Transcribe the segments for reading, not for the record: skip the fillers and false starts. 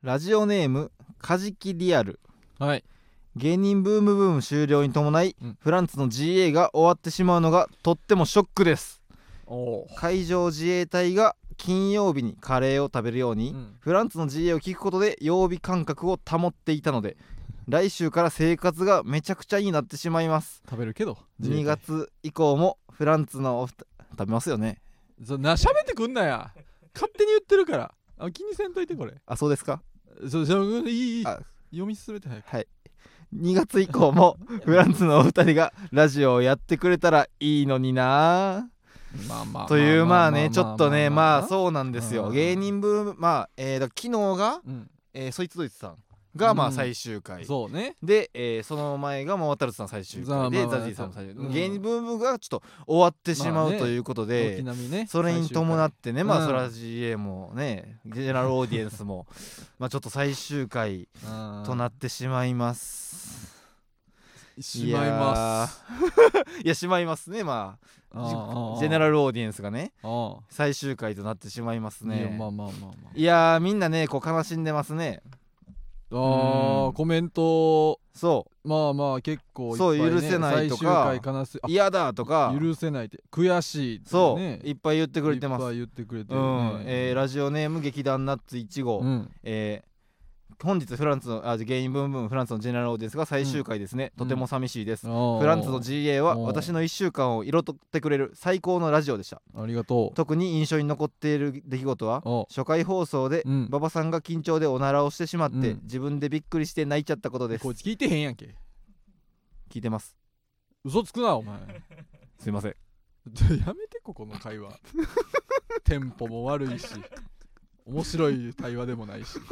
ラジオネームカジキリアル。 はい。 芸人ブーム終了に伴い、フランツの GA が終わってしまうのがとってもショックです。海上自衛隊が金曜日にカレーを食べるように、フランツの GA を聞くことで曜日感覚を保っていたので、来週から生活がめちゃくちゃになってしまいます。 食べるけど 2月以降もフランツのお二食べますよね。 喋ってくんなや。勝手に言ってるから。気にせんといてこれ。 そうですか。 いい読み進めて早く。 はい。2月以降もフランツのお二人がラジオをやってくれたらいいのになというまあねちょっとねまあそうなんですよ。芸人ブーム昨日がそいつどいつさんがまあ最終回、 そうね。 でその前が渡るさん最終回でザジーさんも最終回、芸人ブームがちょっと終わってしまうということで、それに伴ってねそら GA もねジェネラルオーディエンスもちょっと最終回となってしまいます。 しまいますいやしまいますね。ジェネラルオーディエンスがね最終回となってしまいますね。いやみんなねこう悲しんでますね。 コメントそう結構いっぱいね、そう許せないとか嫌だとか許せないって悔しいってね、 そういっぱい言ってくれてます。 いっぱい言ってくれてるね。 ラジオネーム劇団ナッツ1号、本日フランツの芸人ブームフランツのジェネラルオーディエンスが最終回ですね、とても寂しいです。フランツの GA は私の1週間を彩ってくれる最高のラジオでした。 ありがとう。 特に印象に残っている出来事は初回放送で馬場さんが緊張でおならをしてしまって、自分でびっくりして泣いちゃったことです。 こいつ聞いてへんやんけ。 聞いてます。 嘘つくなお前すいませんやめてこの会話テンポも悪いし面白い対話でもないし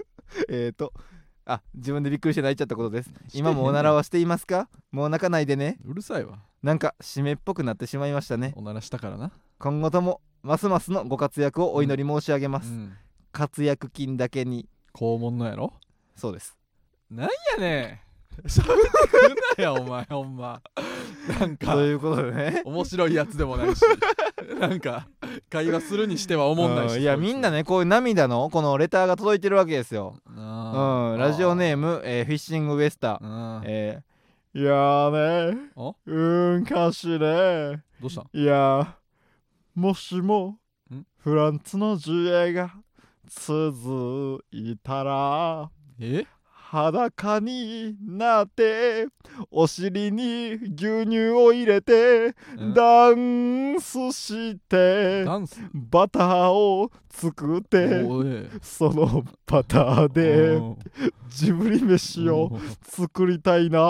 自分でびっくりして泣いちゃったことです。今もおならはしていますか？もう泣かないでね。 うるさいわ。 なんか締めっぽくなってしまいましたね。 おならしたからな。 今後ともますますのご活躍をお祈り申し上げます、活躍金だけに。 肛門のやろ？ そうです。 なんやねんしゃべってくんなやお前ほんま。なんかということでね面白いやつでもないしなんか会話するにしては思んないし、 いやみんなねこういう涙のこのレターが届いてるわけですよ。ラジオネーム、フィッシングウエスター、いやーね歌詞ねどうした？ いやもしもフランツの GA が続いたら裸になってお尻に牛乳を入れてダンスしてバターを作ってそのバターでジブリ飯を作りたいな。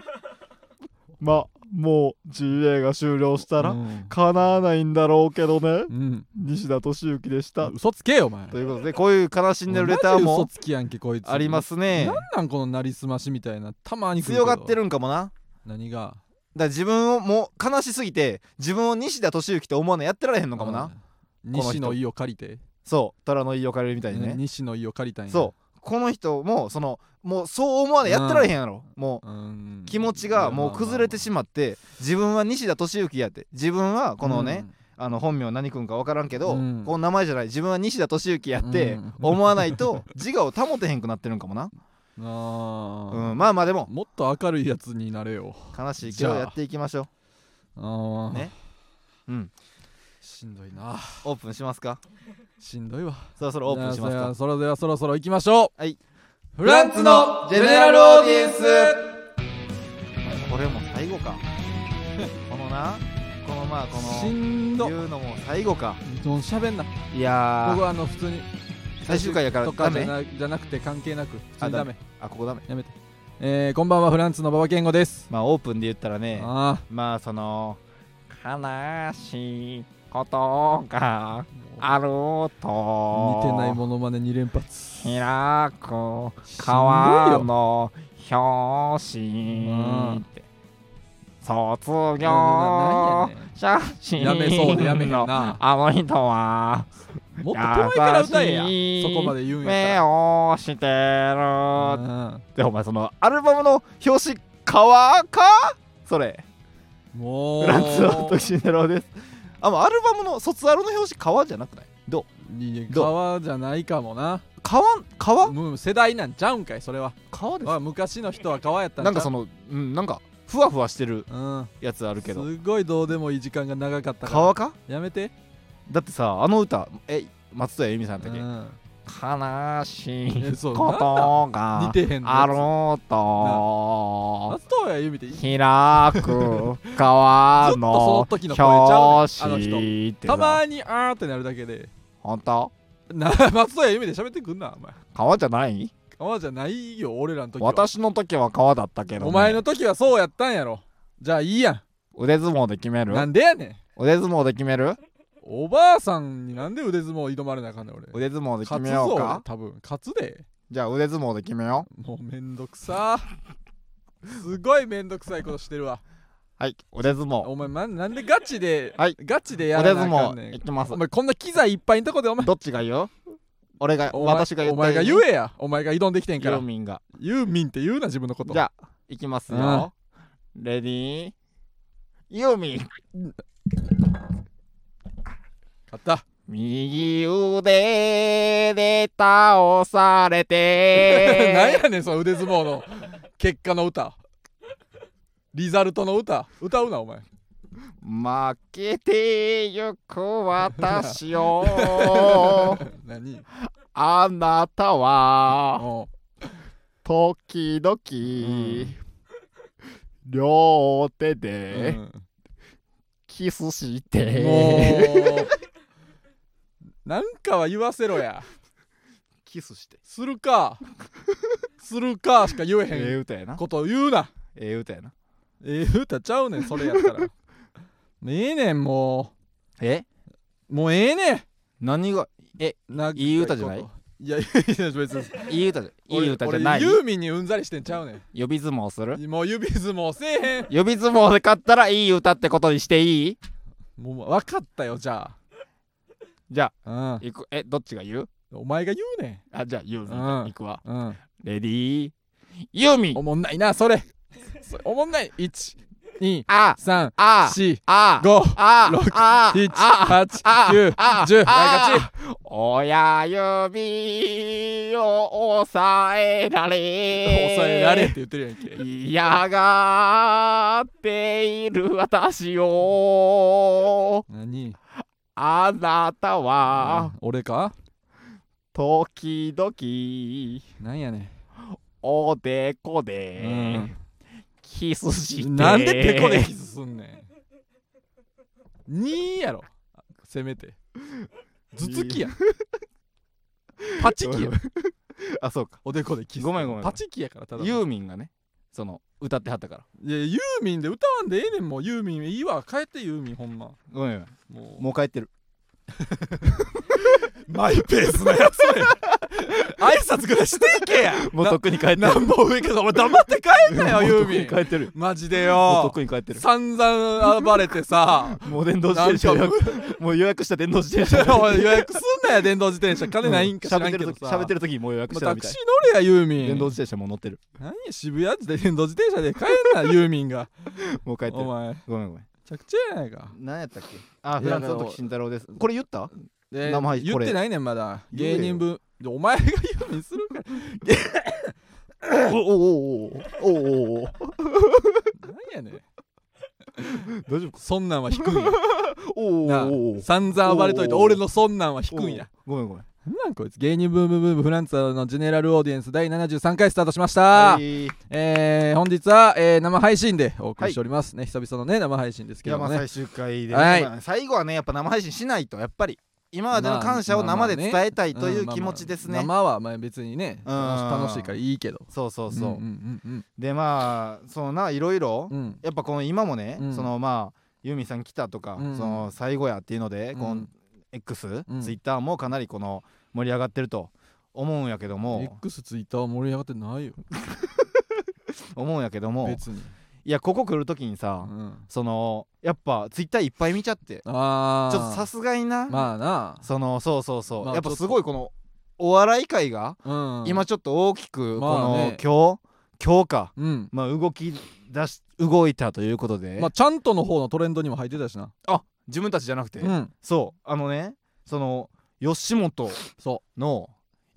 もう GA が終了したら叶わないんだろうけどね、西田敏行でした。 嘘つけよお前。 ということでこういう悲しんでるレターも嘘つきやんけこいつ。 ありますね。 なんこのなりすましみたいなたまに強がってるんかもな。 何がだ自分をもう悲しすぎて自分を西田敏行って思わないやってられへんのかもな。 西の意を借りてそう虎の意を借りるみたいにね、 西の意を借りたんや。 そうこの人ももうそう思わないやってられへんやろ。もう気持ちがもう崩れてしまって自分は西田敏行やって自分はこのね本名何君か分からんけどこの名前じゃない自分は西田敏行やって思わないと自我を保てへんくなってるんかもな。でももっと明るいやつになれよ。 悲しいけどやっていきましょうね。 しんどいな。 オープンしますか？ しんどいわ。 そろそろオープンしますか？ それではそろそろ行きましょう。 はい。 フランツのジェネラルオーディエンス。 これも最後かこのしんど言うのも最後か。 しゃべんな。 いや僕は普通に最終回やからダメじゃなくて関係なく普通にダメ。 ここダメやめて。こんばんはフランツの馬場健吾です。 オープンで言ったらねその悲しいことがあると似てないモノマネ2連発。 開く川の表紙って卒業写真やめそうでやめへんな。 あの人はもっと手前から歌えや。そこまで言うんやったら目をしてるでお前そのアルバムの表紙川かそれもうフランツの時ネロです。アルバムの卒アルの表紙川じゃなくない？どう？ 川じゃないかもな。 川世代なんちゃうんかいそれは。 川です昔の人は川やったんちゃう。 なんかそのなんかふわふわしてるうんやつあるけどすごいどうでもいい時間が長かったから川かやめて。 だってさあの歌松任谷由実さんだっけ、 うん悲しいそうこと似がてへんのあろうと松任谷由実って開く川ずっとそのの時の声ちゃうねんあの表人紙ってたまさにあーってなるだけでほんと松任谷由実で喋ってくんなお前。 川じゃない川じゃないよ俺らの時は。 私の時は川だったけど、ね、 お前の時はそうやったんやろ。じゃあいいやん。 腕相撲で決めるなんでやねん。 腕相撲で決めるおばあさんになんで腕相撲挑まれなあかんねん俺。 腕相撲で決勝つぞめようか多分勝つで。 じゃあ腕相撲で決めようもうめんどくさすごいめんどくさいことしてるわ。 はい腕相撲お前なんでガチで、 はいガチでやらなあかんねん。 腕相撲いきますお前こんな機材いっぱいんとこでお前どっちが言う俺がお前私が言ったお前が言えや。お前が挑んできてんから。 ユーミンがユーミンって言うな自分のこと。 じゃあいきますよレディーユーミン勝った右腕で倒されてなんやねんその腕相撲の結果の歌リザルトの歌歌うなお前。 負けてゆく私を何あなたはおう時々、両手でキスしもて、 うなんかは言わせろや。 キスしてするかするかしか言えへん歌やなことを言うな。 歌やな歌ちゃうねんそれやったらええねんもうええねん何がなんかいい歌じゃないいや別にいい歌じゃない俺ユーミンにうんざりしてんちゃうねん。 指相撲するもう指相撲せえへん。 指相撲で勝ったらいい歌ってことにしていいもう分かったよじゃじゃあ、 あいくどっちが言うお前が言うねじゃあユーミうんンいくわん。 レディーユーミンおもんないなそれおもんない。1 2 3 4 5 6 7 8 9 10勝ち。 親指を押さえられ抑えられって言ってるやんけ。 嫌がっている私を何あなたは俺か時々 なんやねおでこん、 でキスしてなんでペコでキスすんねん。2やろせめて頭突きやパチキやあそうかおでこでキスごめんパチキやからただのユーミンがねその歌ってはったからいやユーミンで歌わんでええねん。もうユーミンいいわ帰ってユーミンほんまごめんもう帰ってるマイペースなやつや挨拶ぐらいしていけやもうとっくに帰ってるなんも上からお前黙って帰んなよユーミン帰ってるマジでもうとっよくに帰ってる散々暴れてさもう電動自転車なんかもう予約した電動自転車おい予約すんなや電動自転車金ないんか知らんけどさ喋ってる時にもう予約してたみたいタクシー乗れやユーミン電動自転車もう乗ってる何や渋谷で電動自転車で帰んなユーミンがもう帰ってるお前めごめんちゃくちゃやないか。 何やったっけフランスの時慎太郎ですこれ言った生配信言ってないねんまだ芸人分お前がユーミンするからお何やねん大丈夫かそんなんは引くんやなあお散々暴れといて俺のそんなんは引くんや。 ごめんなんなんこいつ。芸人ブームブームフランツァのジェネラルオーディエンス第73回スタートしました、本日は、生配信でお送りしておりますね、久々のね生配信ですけどもね。 最終回で、 はい最後はねやっぱ生配信しないとやっぱり今までの感謝を生で伝えたいという気持ちですね。 生はまあ別にね楽しいからいいけど。 そうそうそう、 うんうんうんうん、 でまあそのないろいろ、やっぱこの今もね、そのまあユーミンさん来たとか、その最後やっていうので、この X、ツイッターもかなりこの盛り上がってると思うんやけども X ツイッターは盛り上がってないよ思うんやけども別に。 いやここ来る時にさ、そのやっぱツイッターいっぱい見ちゃってちょっとさすがになまあなそのそうそうそう、 まあやっぱすごいこのお笑い界が、今ちょっと大きくこの、今日か、まあ動いたということで、 まあちゃんとの方のトレンドにも入ってたしな。 あ自分たちじゃなくて、そうその吉本の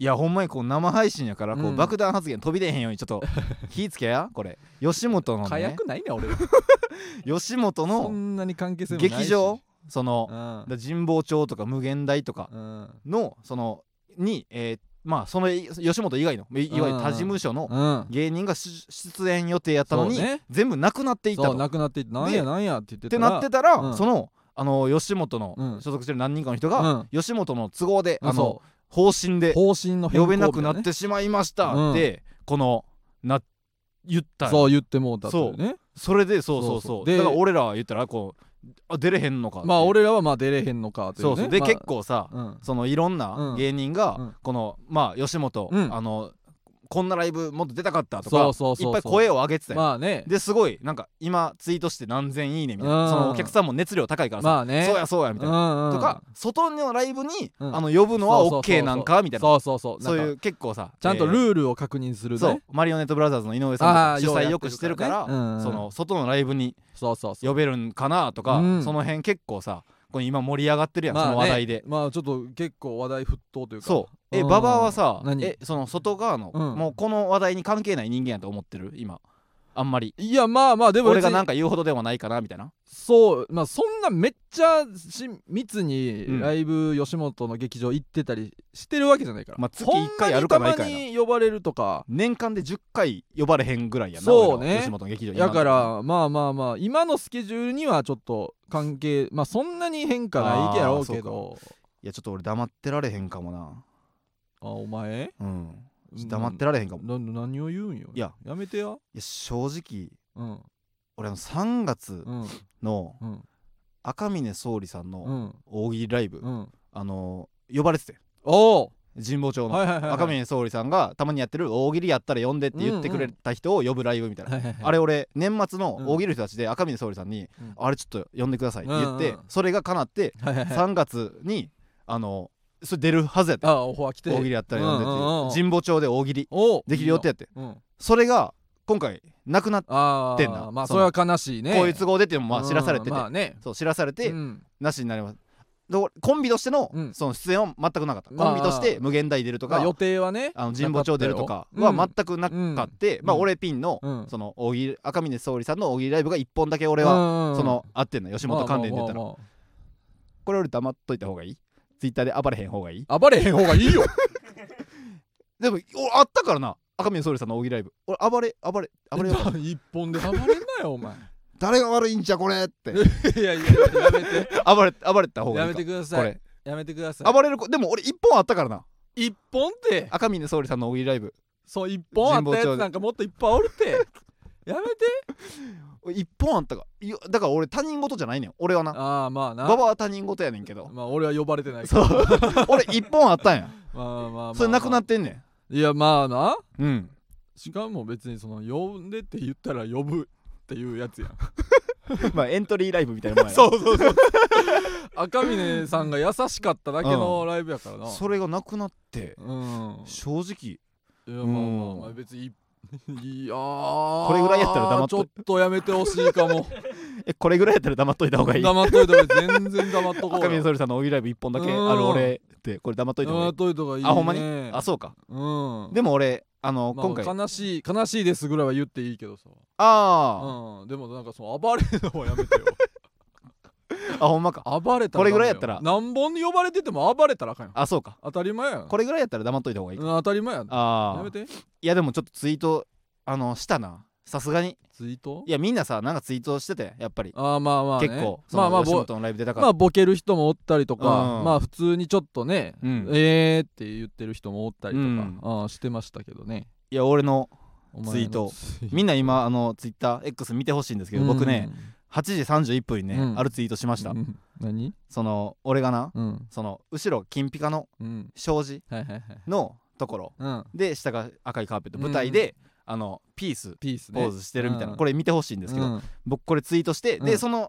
いやほんまにこう生配信やからこう爆弾発言飛び出へんようにちょっと気ぃつけやこれ吉本のね早くないね俺吉本のそんなに関係性もないし劇場その神保町とか無限大とかのそのにまあその吉本以外のいわゆる他事務所の芸人が出演予定やったのに全部なくなっていったと。 そうなくなっていってなんやなんやって言ってたらってなってたらその吉本の所属してる何人かの人が吉本の都合で方針で呼べなくなってしまいましたってこの言ったそう言ってもうたっていうね。 それでそうだから俺らは言ったらこう出れへんのかまあ俺らはまあ出れへんのかというね。 そうで結構さそのいろんな芸人がこのまあ吉本こんなライブもっと出たかったとかいっぱい声を上げてたよ。 まあねですごいなんか今ツイートして何千いいねみたいなそのお客さんも熱量高いからさそうやそうやみたいなとか外のライブに呼ぶのは OK なんかみたいなそういう結構さちゃんとルールを確認するね。 そうマリオネットブラザーズの井上さん主催よくしてるからその外のライブに呼べるんかなとかその辺結構さこれ今盛り上がってるやんその話題で。 まあちょっと結構話題沸騰というか。 そう馬場はさその外側のもうこの話題に関係ない人間やと思ってる今あんまり。 いやまあまあでも俺がなんか言うほどでもないかなみたいな。 そうまあそんなめっちゃ密にライブ吉本の劇場行ってたりしてるわけじゃないから。 まあ月1回あるかないかやな。 ほんまにたまに呼ばれるとか年間で10回呼ばれへんぐらいやな。 そうね吉本の劇場だからまあ今のスケジュールにはちょっと関係まあそんなに変化ないやろうけど。 いやちょっと俺黙ってられへんかもな。 お前黙ってられへんかも。 何を言うんよ。いややめてや。 いや正直俺3月の赤嶺総理さんの大喜利ライブ呼ばれてて神保町の赤嶺総理さんがたまにやってる大喜利やったら呼んでって言ってくれた人を呼ぶライブみたいなあれ俺年末の大喜利の人たちで赤嶺総理さんにあれちょっと呼んでくださいって言ってそれが叶って3月にそれ出るはずやった大喜利やったら呼んでって神保町で大喜利できる予定やってそれが今回なくなってんな。 まあそれは悲しいね。 こういう都合でっていうのも知らされててそう知らされてなしになります。コンビとしてのその出演は全くなかった。コンビとして無限大出るとか予定はね神保町出るとかは全くなかってまあ俺ピンのその赤嶺総理さんの大喜利ライブが1本だけ俺はその合ってんの吉本関連で言ったらこれ俺黙っといた方がいい？ツイッターで暴れへん方がいい？ 暴れへん方がいいよでもあったからな赤嶺総理さんの大喜利ライブ俺暴れ一本で暴れんなよお前誰が悪いんじゃこれっていややめて暴れた方がいいか。 やめてくださいやめてください。 暴れるでも俺1本あったからな。 1本って赤嶺総理さんの大喜利ライブそう1本あったやつなんかもっといっぱいおるってやめて 1本あったかだから俺他人事じゃないねん俺はな。 まあな馬場は他人事やねんけどまあ俺は呼ばれてないからそう俺1本あったんやまあそれなくなってんねん。 いやまあなしかも別にその呼んでって言ったら呼ぶっていうやつやんまあエントリーライブみたいなもんやそう赤嶺さんが優しかっただけのライブやからなそれがなくなって正直いやまあ別にいやこれぐらいやったら黙っとちょっとやめてほしいかもこれぐらいやったら黙っといた方がいい。 黙っといた方がいい全然黙っとこう赤嶺総理さんの大喜利ライブ1本だけある俺ってこれ黙っといた方がいい。 黙っといた方がいいね。 ほんまにあそうかでも俺今回悲しいですぐらいは言っていいけどさでもなんかその暴れるのはやめてよほんまか。 暴れたらこれぐらいやったら何本に呼ばれてても暴れたらあかんよ。 そうか当たり前やこれぐらいやったら黙っといた方がいいか。 当たり前ややめて。 いやでもちょっとツイートしたなさすがに。 ツイート？ いやみんなさなんかツイートしててやっぱりまあ結構吉本のライブ出たからボケる人もおったりとかまあ普通にちょっとねって言ってる人もおったりとかしてましたけどね。 いや俺のツイートみんな今ツイッター X 見てほしいんですけど僕ね8時31分にねあるツイートしました。 何？ その俺がなその後ろ金ピカの障子のところで下が赤いカーペット舞台でピースポーズしてるみたいなこれ見てほしいんですけど僕これツイートしてでその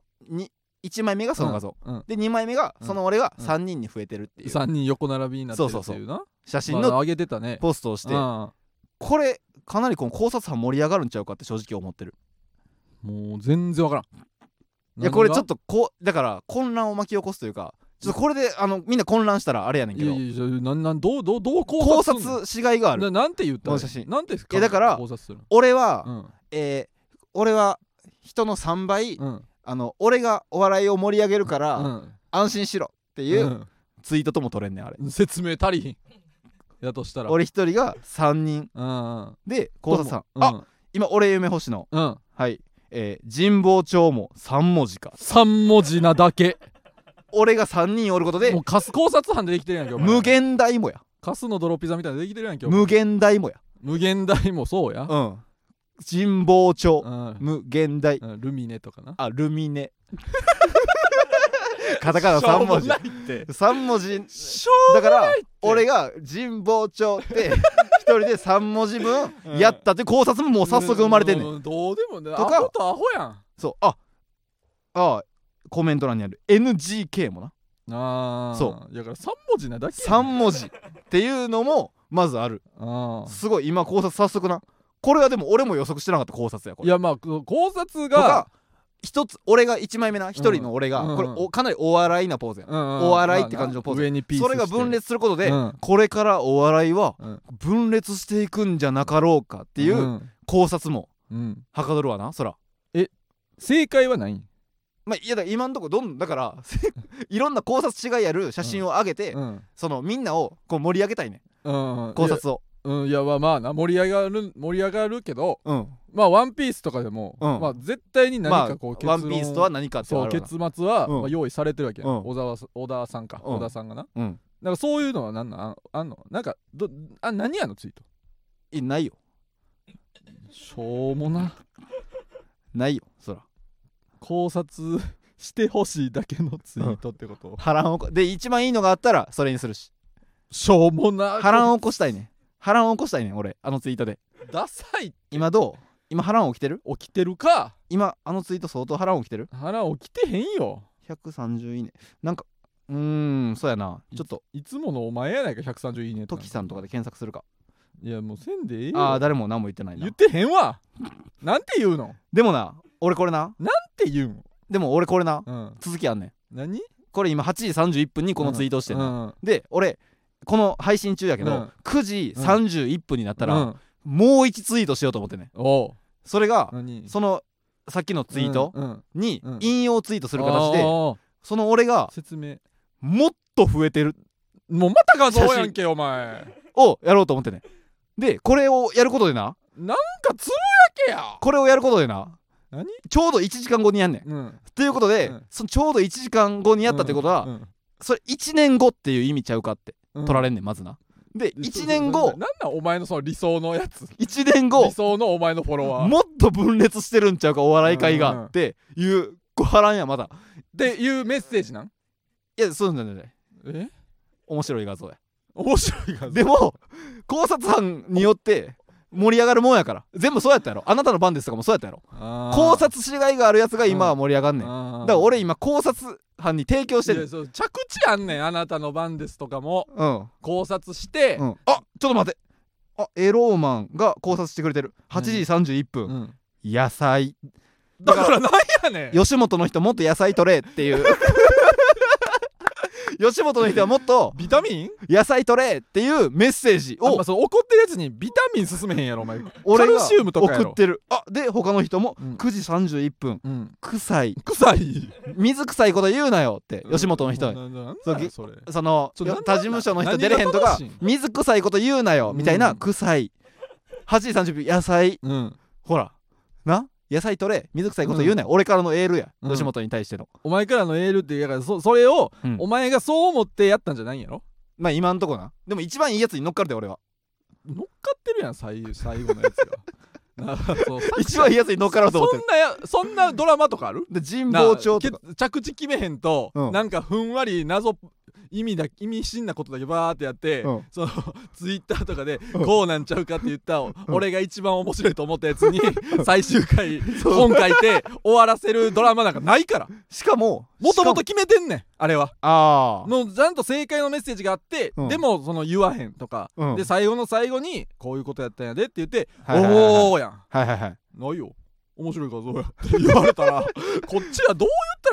1枚目がその画像で2枚目がその俺が3人に増えてるっていう 3人横並びになってるっていうな写真の上げてたねポストをしてこれかなりこの考察班盛り上がるんちゃうかって正直思ってる。 もう全然わからん。 いやこれちょっとだから混乱を巻き起こすというかちょっとこれでみんな混乱したらあれやねんけど、 いやどう考察しがいがある。 なんて言ったこの写真なんてだから考察するの？ 俺は人の3倍俺がお笑いを盛り上げるから安心しろっていうツイートとも取れんねんあれ。 説明足りひんやとしたら俺一人が3人で考察さん今俺夢星のはい神保町も3文字か 3文字なだけ俺が3人おることでもう考察班でできてるやんけ。 無限大もや。 カスの泥ピザみたいなできてるやんけ。 無限大もや。 無限大もそうや。 神保町無限大ルミネとかな。 ルミネカタカナ3文字3文字だから俺が神保町って一人で3文字分やったって考察ももう早速生まれてんねん。 どうでもねとかアホとアホやん。 そうコメント欄にある NGK もな。 そうだから3文字なだけ 3文字っていうのもまずある。すごい今考察早速な。これはでも俺も予測してなかった考察やこれ。 いやまあ考察が一つ俺が1枚目な一人の俺がこれかなりお笑いなポーズや。お笑いって感じのポーズ。 上にピースしてそれが分裂することでこれからお笑いは分裂していくんじゃなかろうかっていう考察もはかどるわな。そら正解はないん？ いやだ今んとこだからいろんな考察違いやる写真を上げてそのみんなをこう盛り上げたいね考察を。 いやまあな盛り上がるけどまあワンピースとかでもまあ絶対に何かこうワンピースとは何かってあるわな。 結末は用意されてるわけや。小田さんがな。だからそういうのは何なんあんの？なんか何やのツイート？ ないよ。 しょうもないよそら。 考察してほしいだけのツイートってこと？ 波乱で一番いいのがあったらそれにするし。 しょうもな。 波乱起こしたいね俺ツイートで。 ダサい。 今どう？今波乱起きてる？ 起きてるか。 今ツイート相当波乱起きてる？ 波乱起きてへんよ。 130いいね。なんかそうやな。ちょっといつものお前やないか130いいね。 トキさんとかで検索するか。 いやもうせんでええよ。 誰も何も言ってないな。 言ってへんわ。なんて言うの？ でもな俺これな。 なんて言うん？ でも俺これな続きあんねん。 何？これ今8時31分にこのツイートしてんの。で俺この配信中やけど9時31分になったらもう1ツイートしようと思ってね。それがそのさっきのツイートに引用ツイートする形でその俺が説明もっと増えてるもうまた画像やんけお前をやろうと思ってね。でこれをやることでなんかつぶやけや。 これをやることでちょうど1時間後にやんねん。 ということでそのちょうど1時間後にやったってことはそれ1年後っていう意味ちゃうかって取られんねんまずな。で1年後なんなんお前のその理想のやつ 1年後理想のお前のフォロワーもっと分裂してるんちゃうかお笑い界がっていうご波乱やまだっていうメッセージなん？ いやそうなんだね。面白い画像や。 面白い画像でも考察班によって盛り上がるもんやから全部そうやったやろ。あなたの番ですとかもそうやったやろ。考察しがいがあるやつが今は盛り上がんねん。だから俺今考察班に提供してる。 着地あんねん。あなたの番ですとかも考察してちょっと待ってエローマンが考察してくれてる。8時31分野菜だからなんやねん。 吉本の人もっと野菜取れっていう吉本の人はもっとビタミン野菜取れっていうメッセージを怒ってるやつにビタミン進めへんやろお前。 俺がカルシウムとかやろ送ってる。で他の人も9時31分臭い水臭いこと言うなよって吉本の人その他事務所の人出れへんとか水臭いこと言うなよみたいな臭い8時30分野菜ほらな野菜取れ水臭いこと言うなよ。俺からのエールや吉本に対してのお前からのエールってだからそれをお前がそう思ってやったんじゃないんやろ。 まあ今んとこな。でも一番いいやつに乗っかるで俺は。 乗っかってるやん最後のやつが一番いいやつに乗っかろうと思ってる。 そんなドラマとかある？ で神保町とか着地決めへんとなんかふんわり謎意味深なことだけバーってやってそのツイッターとかでこうなんちゃうかって言った俺が一番面白いと思ったやつに最終回本書いて終わらせるドラマなんかないから。 しかももともと決めてんねんあれは。のちゃんと正解のメッセージがあってでもその言わへんとかで最後の最後にこういうことやったんやでって言っておおやん。ないよ面白い画像やって言われたらこっちはどう言った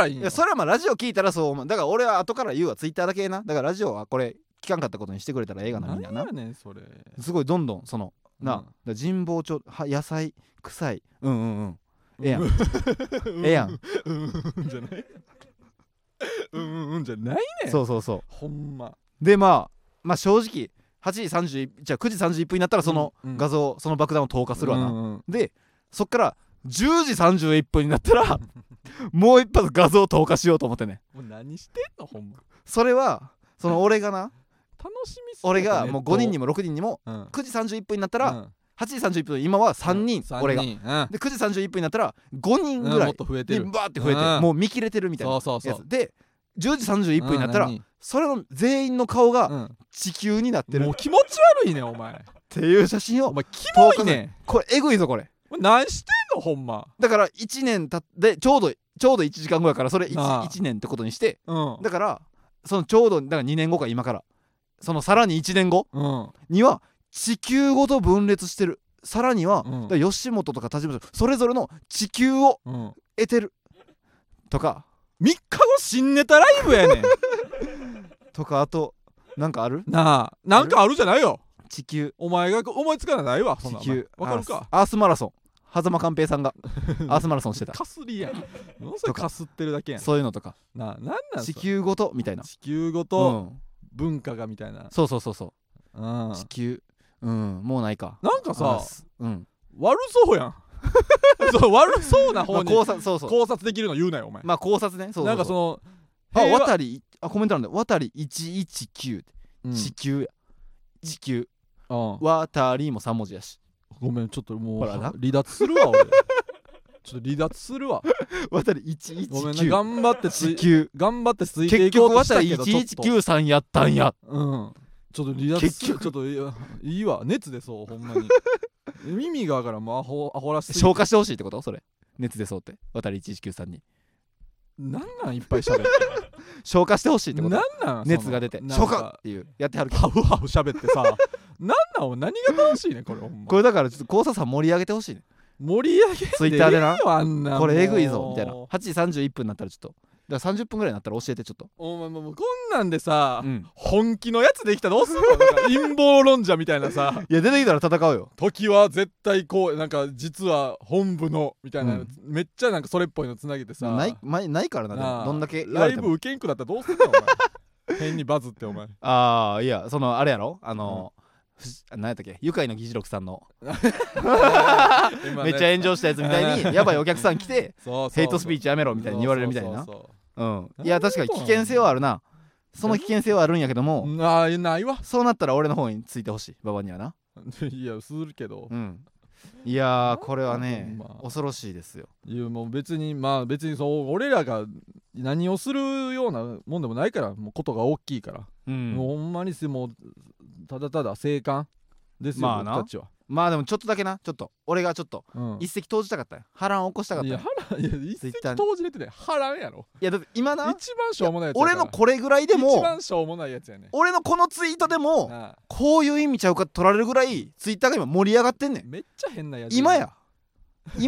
らいいんよ。 いやそれはまあラジオ聞いたらそう思う。だから俺は後から言うわ、ツイッターだけな。だからラジオはこれ聞かんかったことにしてくれたらええがな、みんなな。 何やねんそれ。 すごいどんどんそのな、 うんだから神保町は野菜臭いええやんええやんじゃないじゃないねん。 そうそうそう。 ほんま。 でまあ正直8時31じゃあ9時31分になったらその画像、その爆弾を投下するわな、でそっから10時31分になったらもう一発画像を投下しようと思ってね。 もう何してんのほんま。 それはその俺がな楽しみすぎ俺がもう5人にも6人にも 9 9時31分になったら8時31分今は3人俺がで9時31分になったら5人ぐらいにバーって増えてもう見切れてるみたいなやつで10時31分になったらそれの全員の顔が地球になってるもう気持ち悪いねお前っていう写真をお前キモいね。 これえぐいぞこれ。 何してんのほんま。 だから1年たってちょうど1時間後やからそれ 1年ってことにしてだからそのちょうどだから2年後か今からそのさらに1年後には地球ごと分裂してる。さらにはだから吉本とか立花それぞれの地球を得てるとか 3日後新ネタライブやねんとかあとなんかあるなあなんかあるじゃないよ。 地球お前が思いつかないわそんな地球わかるか。 アースマラソン狭間寛平さんがアースマラソンしてたかすりやん。ものすごいかすってるだけやん。 そういうのとかなあなんなん地球ごとみたいな地球ごと文化がみたいな。 そう地球もうないか。 なんかさ悪そうやんそう悪そうな方に考察できるの言うなよお前。 まあ考察ね。そうなんかその渡りコメントなんだよ。渡り119地球や地球渡りも3文字やし。 ごめんちょっともう離脱するわ俺ちょっと離脱するわ渡り119 ごめんな頑張って地球頑張ってついていこうとしたけど結局渡り1193やったんや。 ちょっと離脱するちょっといいわ熱出そうほんまに耳がからもうアホらしすぎて消化してほしいってことそれ熱出そうって渡り1193になんいっぱい喋って消化してほしいってことなん熱が出て消化っていうやってはるけどハフハフ喋ってさ何が楽しいねこれほんま。 これだからちょっと考察さん盛り上げてほしいね。 盛り上げてツイッターでなあんなこれえぐいぞみたいな8時31分になったらちょっとだから30分ぐらいになったら教えてちょっと。 お前もうこんなんでさ本気のやつできたらどうすんのなんか陰謀論者みたいなさいや出てきたら戦うよ。 時は絶対こうなんか実は本部のみたいなめっちゃなんかそれっぽいのつなげてさないからな。どんだけ言わライれてもブ受けんくなったらどうすんのお前変にバズってお前ああいやそのあれやろ何やったっけ愉快の議事録さんのめっちゃ炎上したやつみたいにやばいお客さん来てヘイトスピーチやめろみたいに言われるみたいな。いや確かに危険性はあるな。その危険性はあるんやけどもないわそうなったら俺の方についてほしい馬場にはな。 いやするけどいやこれはね恐ろしいですよ。 いやもう別にそう俺らが何をするようなもんでもないからもうことが大きいからもうほんまにもうただただ静観ですよ僕たちは。 まあでもちょっとだけなちょっと俺がちょっと一石投じたかったよ。波乱起こしたかったよ。 いや一石投じれてね波乱やろ。 いやだって今な一番しょうもないやつ俺のこれぐらいでも一番しょうもないやつやね。 俺のこのツイートでもこういう意味ちゃうか取られるぐらいツイッターが今盛り上がってんねん。 めっちゃ変なやつ今やめっ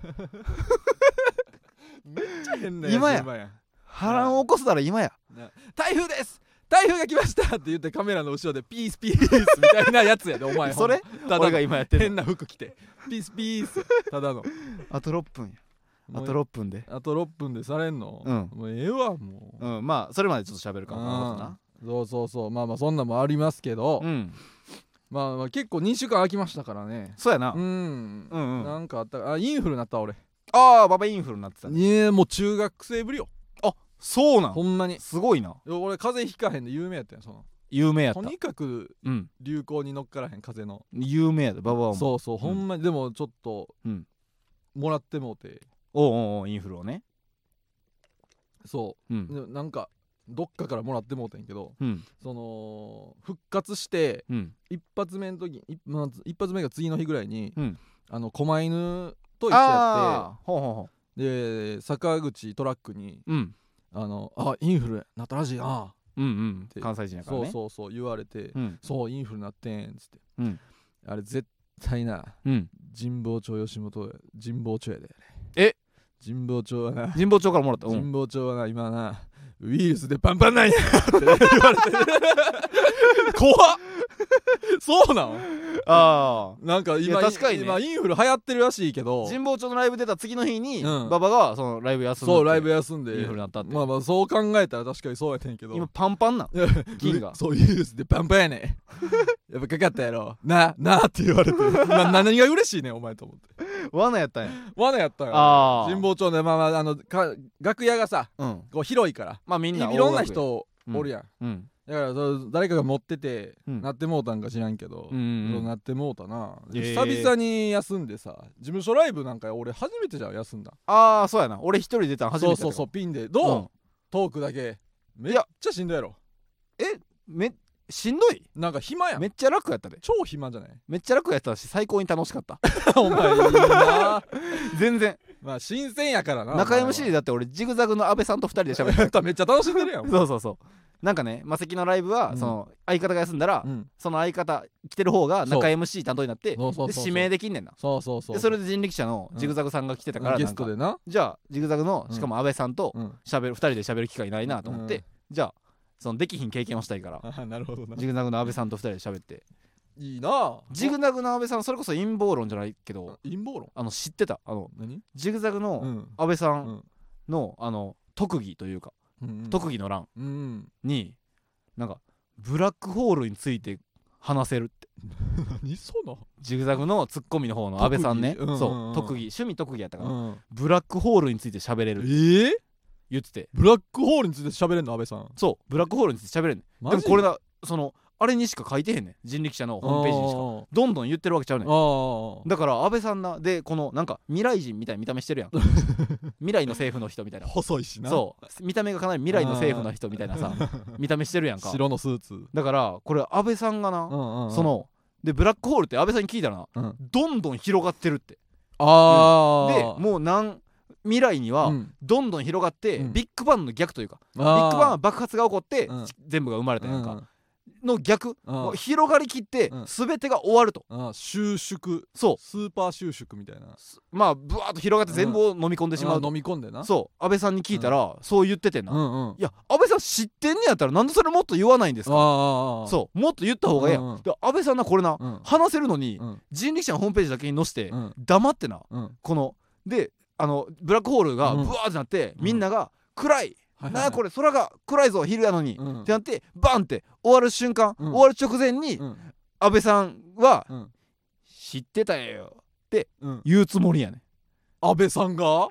ちゃ変なやつ今や波乱を起こすなら今や台風です台風が来ましたって言ってカメラの後ろでピースピースみたいなやつやでお前それ俺が今やってる変な服着てピースピースただのあと6分やあと6分でされんのもうええわもうまあそれまでちょっと喋るかな。 そうまあそんなんもありますけどまあ結構2週間空きましたからね。 そうやななんかあったインフルなった俺。 馬場インフルになってたね。 いやもう中学生ぶりよ。 あそうなんほんまにすごいな。 俺風邪ひかへんで有名やったよ有名やったとにかく流行に乗っからへん風邪の有名やで馬場はもそうほんまにでもちょっともらってもうておうインフルをねなんかどっかからもらってもうたんやけどその復活して一発目の時一発目が次の日ぐらいに狛犬と一緒やってで坂口トラックにインフルなったらしいな関西人やからねそう言われてそうインフルなってんつってあれ絶対な神保町吉本神保町やで神保町はな、 神保町からもらった。 神保町はな今なウイルスでパンパンなんやって言われて怖っそうなんああなんか今確かにね今インフル流行ってるらしいけど、 神保町のライブ出た次の日にうん馬場がそのライブ休んで、 そうライブ休んでインフルになったって。 まあまあそう考えたら確かにそうやってんけど、 今パンパンなん菌が。 そうウイルスでパンパンやねんやっぱかかったやろなあって言われて何が嬉しいねんお前と思って罠やったんや。 罠やったよあー神保町でまあ楽屋がさうんこう広いからまあみんないろんな人おるやん、 うんだから誰かが持ってて、 うんなってもうたんか知らんけど、 うんなってもうたな、 へー久々に休んでさ事務所ライブなんか俺初めてじゃん休んだ。 ああそうやな、俺一人出たの初めてそうピンでどう、 うんトークだけめっちゃしんどいやろ。 しんどい。 なんか暇やんめっちゃ楽やったで。 超暇じゃないめっちゃ楽やったし最高に楽しかったお前いいな全然まあ新鮮やからな中 MC でだって俺ジグザグの安倍さんと2人で喋ってためっちゃ楽しんでるやんそうなんかねマセキのライブは、 うんその相方が休んだら、 うんその相方来てる方が中 MC 担当になってそうで指名できんねんな。 そうでそれで人力車のジグザグさんが来てたから、 ゲなんかストでなじゃあジグザグのしかも安倍さんとうん 2人で喋る機会ないなと思って、 うんじゃあそのできひん経験をしたいからあなるほどなジグザグの安倍さんと2人で喋っていいなジグザグの安倍さんそれこそ陰謀論じゃないけど陰謀論知ってた何ジグザグのうん安倍さうんんの特技というかうん特技の欄うんになんかブラックホールについて話せるって何そのジグザグのツッコミの方の安倍さんね特技そう特技趣味特技やったからうんブラックホールについて喋れる言っててブラックホールについて喋れんの安倍さんそうブラックホールについて喋れんねんマジでもこれだあれにしか書いてへんねん人力車のホームページにしかどんどん言ってるわけちゃうねんあだから安倍さんなでこのなんか未来人みたいな見た目してるやん未来の政府の人みたいな細いしなそう見た目がかなり未来の政府の人みたいなさ見た目してるやんか白のスーツだからこれ安倍さんがなでブラックホールって安倍さんに聞いたらなどんどん広がってるってでもう未来にはどんどん広がってビッグバンの逆というかビッグバンは爆発が起こって全部が生まれたやんかの逆広がりきって全てが終わると収縮そうスーパー収縮みたいなまあブワーッと広がって全部を飲み込んでしまうと飲み込んでなそう安倍さんに聞いたらそう言っててんないや安倍さん知ってんねやったらなんでそれもっと言わないんですかそうもっと言った方がええやんで安倍さんなこれな話せるのに人力車のホームページだけに載せて黙ってなこのでブラックホールがブワーってなってみんなが暗いなあこれ空が暗いぞ昼やのにってなってバンって終わる瞬間終わる直前に安倍さんは知ってたよって言うつもりやね安倍さんが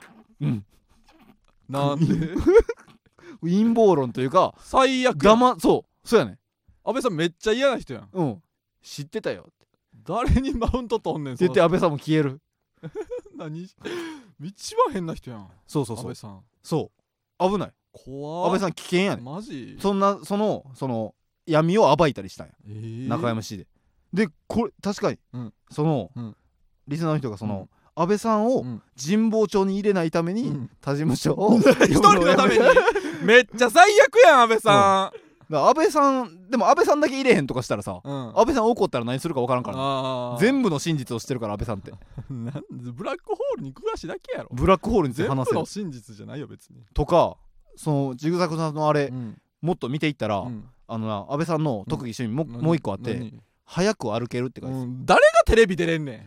なんで陰謀論というか最悪そうやね安倍さんめっちゃ嫌な人やん知ってたよって誰にマウント取んねんって言って安倍さんも消える何一番変な人やんそう安倍さんそう危ない怖安倍さん危険やねマジその闇を暴いたりしたんや中 MC でこれ確かにリスナーの人が安倍さんを神保町に入れないために他事務所を一人のためにめっちゃ最悪やん安倍さん安倍さんでも安倍さんだけ入れへんとかしたらさ安倍さん怒ったら何するか分からんから全部の真実を知ってるから安倍さんってなんでブラックホールに詳しいだけやろブラックホールについて話せる全部の真実じゃないよ別にとかジグザグさんのあれもっと見ていったら安倍さんの特技趣味もう一個あって早く歩けるって書いて誰がテレビ出れんねん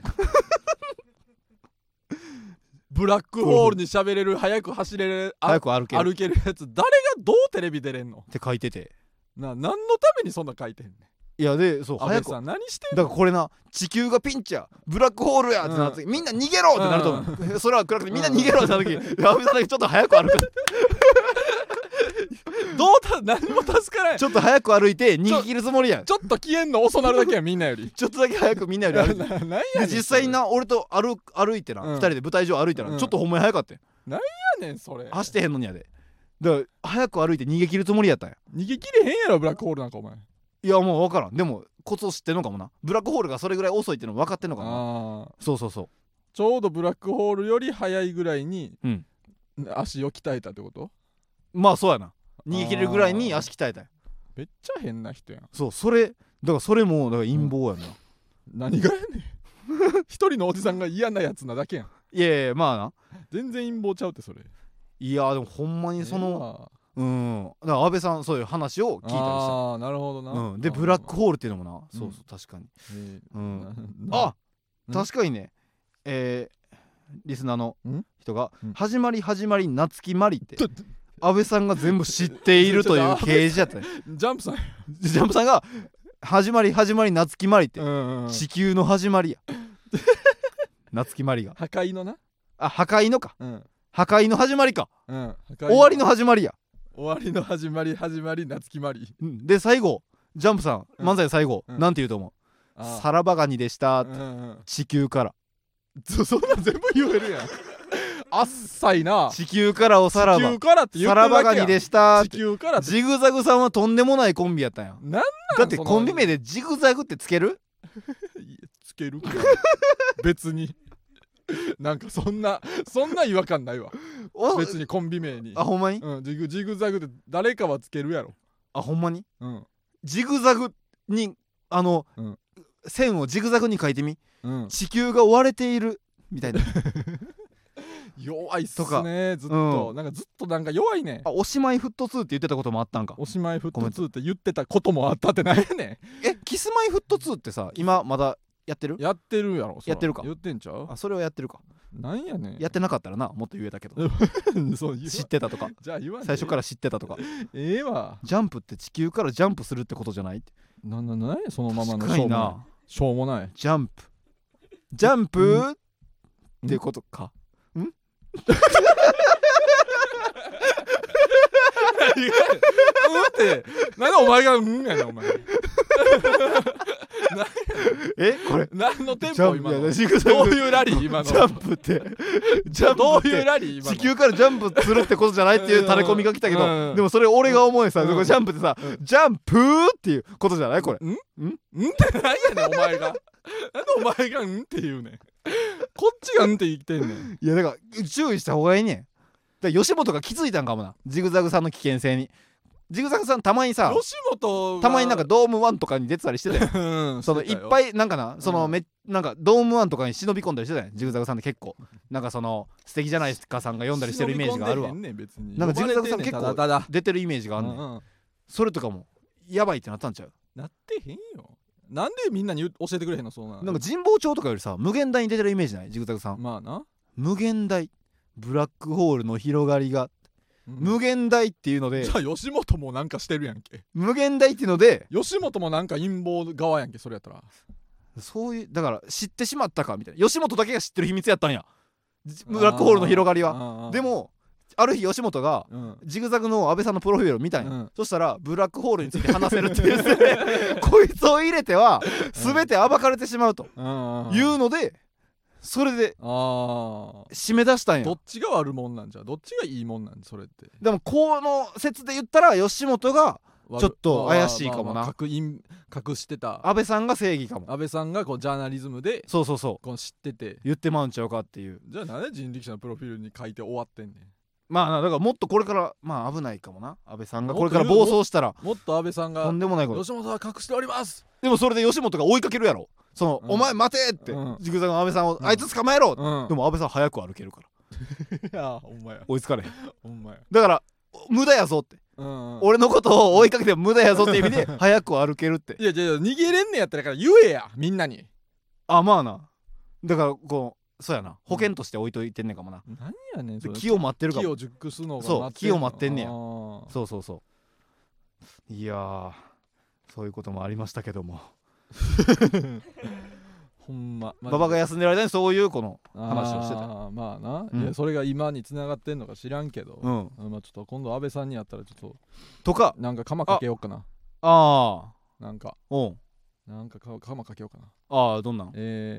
ブラックホールに喋れる早く走れる早く歩けるやつ誰がどうテレビ出れんのって書いてて何のためにそんな書いてんねんいやでそう早くさん何してんのだからこれな地球がピンチやブラックホールやってなってみんな逃げろってなると思うそれは暗くてみんな逃げろってなった時安倍さんだけちょっと早く歩く何も助からないちょっと早く歩いて逃げ切るつもりやんちょっと消えんの遅なるだけやみんなよりちょっとだけ早くみんなより歩いて何やねん実際にな俺と歩いてな2人で舞台上歩いたらちょっとほんまに早かったん何やねんそれ走ってへんのにやでだから早く歩いて逃げ切るつもりやったんや逃げ切れへんやろブラックホールなんかお前いやもう分からんでもコツを知ってんのかもなブラックホールがそれぐらい遅いっての分かってんのかなそうちょうどブラックホールより早いぐらいに足を鍛えたってことまあそうやな逃げ切れるぐらいに足鍛えたんやめっちゃ変な人やんそれだからそれもだから陰謀やな何がやねん一人のおじさんが嫌なやつなだけやんいやまあな全然陰謀ちゃうってそれ。 いやでもほんまにそのだから安倍さんそういう話を聞いたりした。 ああなるほどな。 でブラックホールっていうのもな、そうそう確かに。あ確かにね、リスナーの人が始まり夏木マリって安倍さんが全部知っているという掲示やったね。 ジャンプさんが始まり夏木マリって地球の始まりや。夏木マリが破壊のな、 破壊のか、破壊の始まりか、終わりの始まりや。 終わりの始まり夏木マリで最後ジャンプさん漫才の最後なんて言うと思う？さらばガニでした地球からそんな全部言えるやん。あっさいな。 地球からをさらば、 地球からって言ってるだけやん。 さらばガニでした地球からって。 ジグザグさんはとんでもないコンビやったんや。 なんなんだってコンビ名でジグザグってつける？ つけるか別になんかそんな違和感ないわ別にコンビ名に。 あほんまに？ ジグザグで誰かはつけるやろ。 あほんまに？ジグザグに線をジグザグに書いてみ、地球が割れているみたいな。 弱いっすねずっと、なんかずっとなんか弱いね。 おしまいフット2って言ってたこともあったんか。 おしまいフット2って言ってたこともあったってなんやねん。 キスマイフット2ってさ今まだやってる？やってるやろ。 やってるか。 言ってんちゃう？ それはやってるか。 なんやねん。 やってなかったらなもっと言えたけどそう知ってたとか。 じゃあ言わんで最初から知ってたとか。 わジャンプって地球からジャンプするってことじゃない？ なんやそのままのしょうもないジャンプってことか。 ってなんでお前がやねんお前。 これ何のテンポ今の？どういうラリー今の？ ジャンプってどういうラリー今の？ 地球からジャンプするってことじゃないっていうタレコミが来たけど、でもそれ俺が思うにさ、ジャンプってさジャンプっていうことじゃないこれ？んって何やねんお前が。なんでお前がんって言うねん。こっちがんって言ってんねん。 いやだから注意した方がいいねん。だから吉本が気づいたんかもな、ジグザグさんの危険性に。ジグザグさんたまにさ吉本たまになんかドーム1とかに出てたりしてたよ。そのいっぱいなんかな、そのなんかドーム1とかに忍び込んだりしてたよジグザグさんって。結構なんかその素敵じゃないですかさんが読んだりしてるイメージがあるわ。なんかジグザグさん結構出てるイメージがあるねん。それとかもやばいってなったんちゃう？ なってへんよ。なんでみんなに教えてくれへんの？そうなんか神保町とかよりさ無限大に出てるイメージない？ジグザグさん。 まあな、 無限大ブラックホールの広がりが、無限大っていうので。 じゃあ吉本もなんかしてるやんけ。 無限大っていうので吉本もなんか陰謀側やんけそれやったら。 そういうだから知ってしまったかみたいな。吉本だけが知ってる秘密やったんやブラックホールの広がりは。でもある日吉本がジグザグの安倍さんのプロフィールを見たんや、そしたらブラックホールについて話せるっていうこいつを入れては全て暴かれてしまうというので、それで締め出したんや。 どっちが悪もんなんじゃ、どっちがいいもんなんじゃそれって。 でもこの説で言ったら吉本がちょっと怪しいかもな。 隠してた安倍さんが正義かも。 安倍さんがこうジャーナリズムでそうこう知ってて言ってまうんちゃうかっていう。 じゃあなんで人力車のプロフィールに書いて終わってんねん。 まあだからもっとこれから危ないかもな。安倍さんがこれから暴走したらもっと安倍さんがとんでもないこと。 吉本は隠しております。 でもそれで吉本が追いかけるやろ。お前待てってジグザグの安倍さんをあいつ捕まえろ。でも安倍さん早く歩けるから追いつかれへん。だから無駄やぞって、俺のことを追いかけて無駄やぞって意味で早く歩けるって。 いや逃げれんねやったら言えやみんなに。 まあな。だからそうやな、保険として置いといてんねんかもな。 何やねんそれ。 木を待ってるかも。 木を熟すのがそう木を待ってんねや。そういやそういうこともありましたけどもほんま馬場が休んでる間にそういうこの話をしてた。 まあな、いやそれが今に繋がってんのか知らんけど、まあちょっと今度安倍さんにやったらちょっととかなんか鎌かけようかな。なんか鎌かけようかな。 どんなん？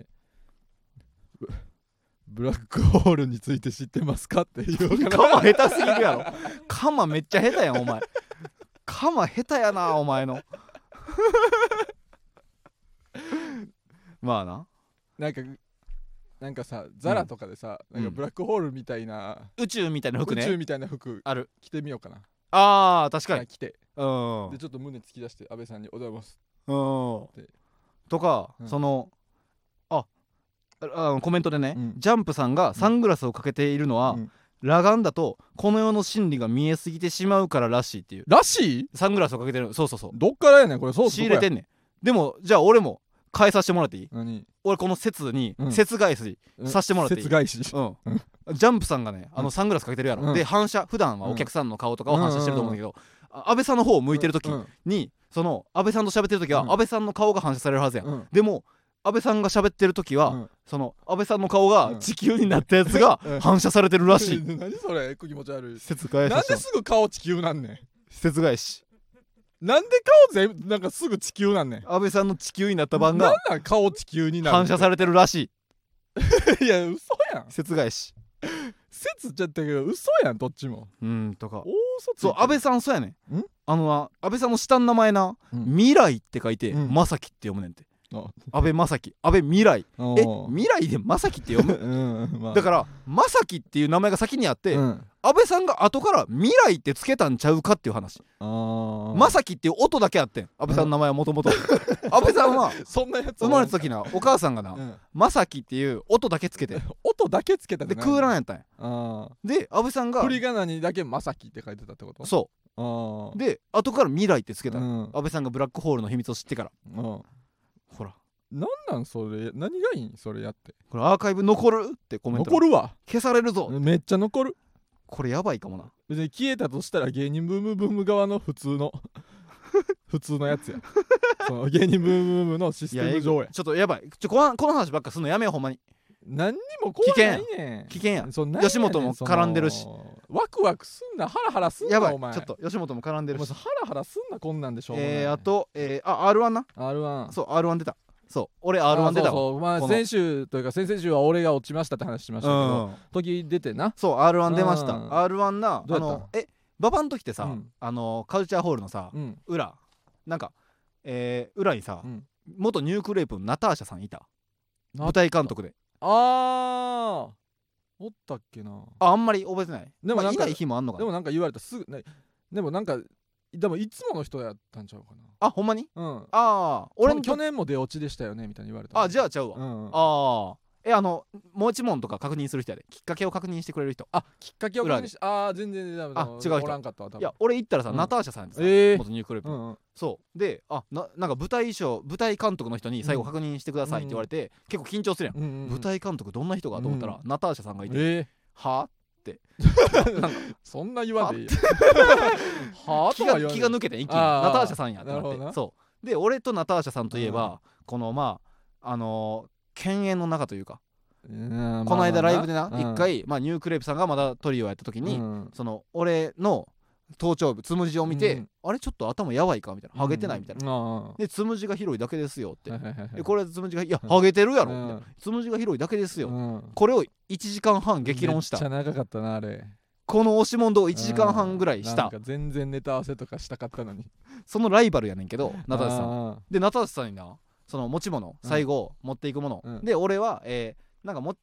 ブラックホールについて知ってますかって言うかな。鎌下手すぎるやろ。鎌めっちゃ下手やんお前。鎌下手やなお前の。まあな。 なんかさザラとかでさ、なんかブラックホールみたいな、 宇宙みたいな服ね。 宇宙みたいな服ある。 着てみようかな。 確かに。 着て。でちょっと胸突き出して安倍さんにおはようございます。 とかコメントでね、ジャンプさんがサングラスをかけているのは、裸眼だとこの世の真理が見えすぎてしまうかららしいっていう。 らしい？ サングラスをかけてる。そうどっからやねんこれ。そう仕入れてんねん。でもじゃあ俺も変えさせてもらっていい？ 何？ 俺この説に説返しさせてもらっていい？ 説返し。 ジャンプさんがねサングラスかけてるやろ。で反射、普段はお客さんの顔とかを反射してると思うんだけど、安倍さんの方を向いてる時にその安倍さんと喋ってる時は安倍さんの顔が反射されるはずやん。でも安倍さんが喋ってる時は、その安倍さんの顔が地球になったやつが反射されてるらしい。 何それ気持ち悪い。 説返し。 なんですぐ顔地球なんねん。 説返し。 なんで顔全部なんかすぐ地球なんねん。 安倍さんの地球になった版がなん顔地球になる反射されてるらしい。いや嘘やん。 説返し。 説ちゃったけど嘘やんどっちも。 とか。 大嘘ついてる。 そう安倍さんそうやねん。安倍さんの下の名前な、未来って書いて正樹って読むねんて。安倍正樹、安倍未来。未来で正樹って読むだから正樹っていう名前が先にあって、安倍さんが後から未来ってつけたんちゃうかっていう話。正樹っていう音だけあってん。安倍さんの名前はもともと。安倍さんはそんなやつ生まれた時なお母さんがな正樹っていう音だけつけて、 音だけつけたで空欄やったんや。で安倍さんが振り仮名にだけ正樹って書いてたってこと？ そうで後から未来ってつけた。安倍さんがブラックホールの秘密を知ってから。ほらなんそれ何がいいんそれやって。 これアーカイブ残るってコメント。 残るわ。 消されるぞ。 めっちゃ残る。 これやばいかもな。 別に消えたとしたら芸人ブームブーム側の普通の普通のやつや。その芸人ブームブームのシステム上や。 ちょっとやばい。この話ばっかすんのやめようほんまに。 何にも怖ないねん。 危険や。吉本も絡んでるし。 ワクワクすんな。ハラハラすんな。 やばい。 お前ちょっと吉本も絡んでるし。 ハラハラすんなこんなんでしょう。 あとR1 な。 R1。 そう R1 出た。そう俺 R1 出たわ。 そうまあ先週というか先々週は俺が落ちましたって話しましたけど、時出てな。 そう R1 出ました。R1 な。ババの時ってさカルチャーホールのさ裏なんか裏にさ元ニュークレープのナターシャさんいた。舞台監督で。 おったっけな。 あんまり覚えてない。 でもいない日もあんのかな。 でもなんか言われたすぐでもなんかでもいつもの人やったんちゃうかな。 あほんまに。俺去年も出落ちでしたよねみたいに言われた。 じゃあちゃうわ。もう一問とか確認する人やで。きっかけを確認してくれる人。 きっかけを確認して全然違う人。 おらんかったわ多分。 いや俺行ったらさナターシャさんやさ元ニュークレープ。そうでなんか舞台監督の人に最後確認してくださいって言われて結構緊張するやん。舞台監督どんな人がと思ったらナターシャさんがいてはってそんな言わんでいいは気が抜けて一気にナターシャさんやってなって。そうで俺とナターシャさんといえばこの犬猿の中というかこの間ライブでな一回ニュークレープさんがまだトリオやった時にその俺の頭頂部つむじを見てあれちょっと頭やばいかみたいなハゲてないみたいなでつむじが広いだけですよってこれつむじがいやハゲてるやろみたいなつむじが広いだけですよこれを1時間半激論した。 めっちゃ長かったなあれ。 この押し問答を1時間半ぐらいした。 なんか全然ネタ合わせとかしたかったのに。 そのライバルやねんけどナターシャさんでナターシャさんになその持ち物最後持っていくもので俺はなんか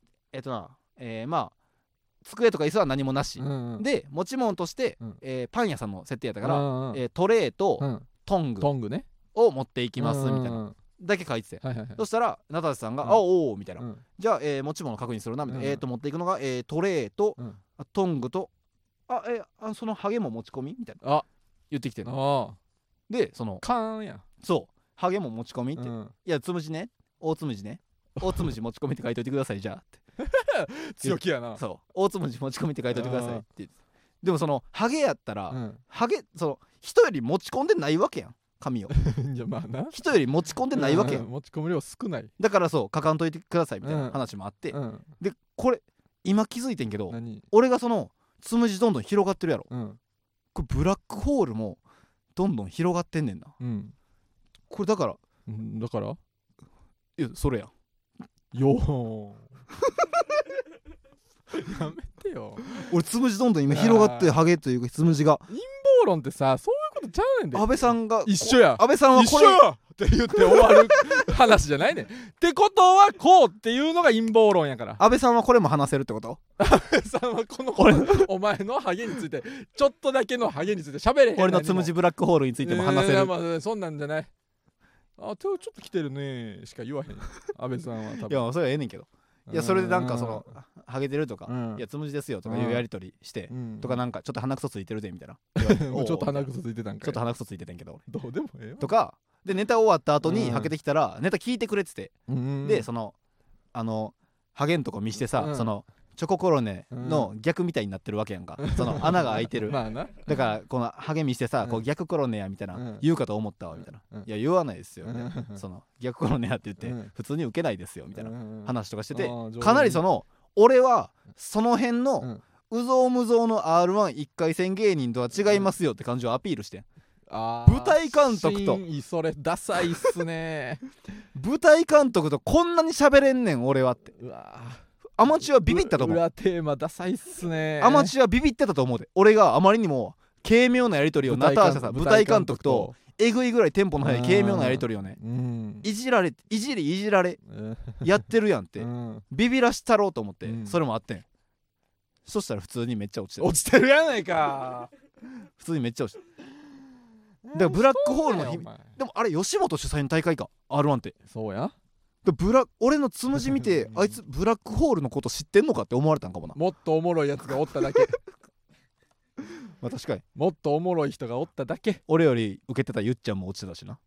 机とか椅子は何もなしで持ち物としてパン屋さんの設定やったからトレーとトングねを持っていきますみたいなだけ書いててそしたらナターシャさんがおおみたいなじゃあ持ち物確認するなみたいな持っていくのがトレーとトングとそのハゲも持ち込みみたいな言ってきてるでその勘やそうハゲも持ち込みっていやつむじね大つむじね大つむじ持ち込みって書いといてくださいじゃあって強気やな。 そう大つむじ持ち込みって書いといてくださいって言ってでもそのハゲやったらハゲその人より持ち込んでないわけやん髪をいやまあな人より持ち込んでないわけやん持ち込む量少ないだからそう書かんといてくださいみたいな話もあってでこれ今気づいてんけど俺がそのつむじどんどん広がってるやろこれブラックホールもどんどん広がってんねんなこれだからいやそれやよーやめてよ。 俺つむじどんどん今広がってハゲというかつむじが陰謀論ってさそういうことちゃうねんで。 安倍さんが一緒や安倍さんはこれ一緒やって言って終わる話じゃないねんってことはこうっていうのが陰謀論やから。 安倍さんはこれも話せるってこと。 安倍さんはこのお前のハゲについてちょっとだけのハゲについて喋れへん。 俺のつむじブラックホールについても話せる。 まあそんなんじゃない。手をちょっと来てるねしか言わへん安倍さんは多分。 いやそれはええねんけどいやそれでなんかそのハゲてるとか、いやつむじですよとかいうやり取りして、とかなんかちょっと鼻くそついてるでみたいなもうちょっと鼻くそついてたんかい、 ちょっと鼻くそついてたんけどどうでもええよとかでネタ終わった後にハゲてきたらネタ聞いてくれてて、でそのハゲんとこ見してさ、そのチョココロネの逆みたいになってるわけやんか、その穴が開いてるまあな、 だからこのハゲ見してさ、こう逆コロネやみたいな言うかと思ったわみたいな、いや言わないですよみたいな、その逆コロネやって言って普通に受けないですよみたいな話とかしてて、かなりその俺はその辺のうぞうむぞうの R11 回戦芸人とは違いますよって感じをアピールしてん。舞台監督とそれダサいっすね舞台監督とこんなに喋れんねん俺はって。うわアマチュアビビったと思う。 裏テーマダサいっすね。 アマチュアビビってたと思うで。俺があまりにも軽妙なやり取りをナターシャさん舞台監督とえぐいぐらいテンポの速い軽妙なやり取りをね、いじられやってるやんってビビらしたろうと思って、それもあってん。そしたら普通にめっちゃ落ちてる。 落ちてるやないか普通にめっちゃ落ちてる。だからブラックホールの日でもあれ吉本主催の大会か R1 って。 そうや。 俺のつむじ見てあいつブラックホールのこと知ってんのかって思われたんかもな。 もっとおもろいやつがおっただけまあ確かにもっとおもろい人がおっただけ。 俺より受けてたゆっちゃんも落ちてたしな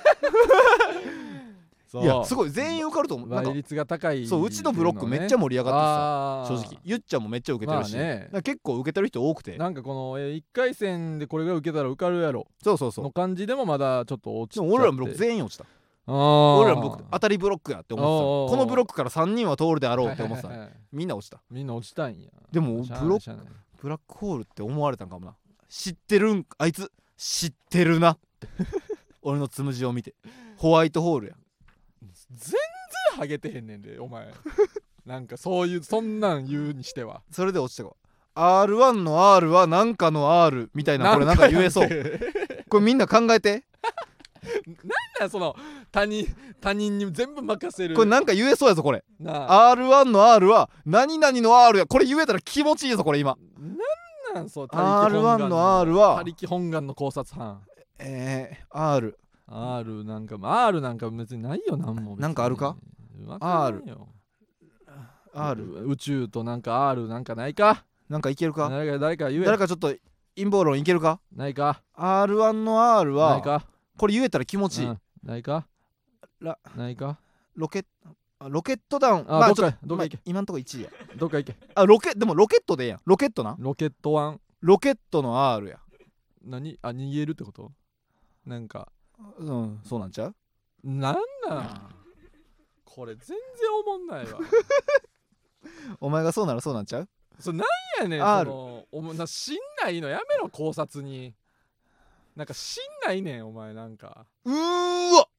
そういやすごい全員受かると思う。 倍率が高い、ね、 そううちのブロックめっちゃ盛り上がってさ正直ゆっちゃんもめっちゃ受けてるし、ね、結構受けてる人多くてなんかこの1回戦でこれが受けたら受かるやろそうの感じでもまだちょっと落ちちゃって。 でも俺らのブロック全員落ちた。俺らのブロック当たりブロックやって思ってた。このブロックから3人は通るであろうって思ってた。みんな落ちた。 みんな落ちたんや。 でもブラックホールって思われたんかもな。知ってるんあいつ知ってるなって俺のつむじを見てホワイトホールや。 全然ハゲてへんねんでお前なんかそんなん言うにしてはそれで落ちたか。 R1 の R はなんかの R みたいなこれなんか言えそうこれみんな考えてなんだその他人に全部任せる。 これなんか言えそうやぞこれ。 R1 の R は何々の R や。これ言えたら気持ちいいぞこれ今。 なんそう R1 の R は他力本願の考察班 R なんか R なんか別にないよなんも。 なんかあるか R 宇宙となんか R なんかないか。 なんかいけるか。 誰か言え。 誰かちょっと陰謀論いけるか。 ないか。 R1 の R はないか。これ言えたら気持ちいい、 ないかないか。 ロケットダウン。 まあどっか行け。 今んとこ1位や。 どっか行け。 でもロケットでええやん。ロケットな。 ロケット1。 ロケットの R や。 逃げるってこと。なんかそうなんちゃう。 なんこれ全然おもんないわお前がそうならそうなんちゃう。 なんやねん R しんないのやめろ考察に。なんかしんないねんお前なんか。 うーわ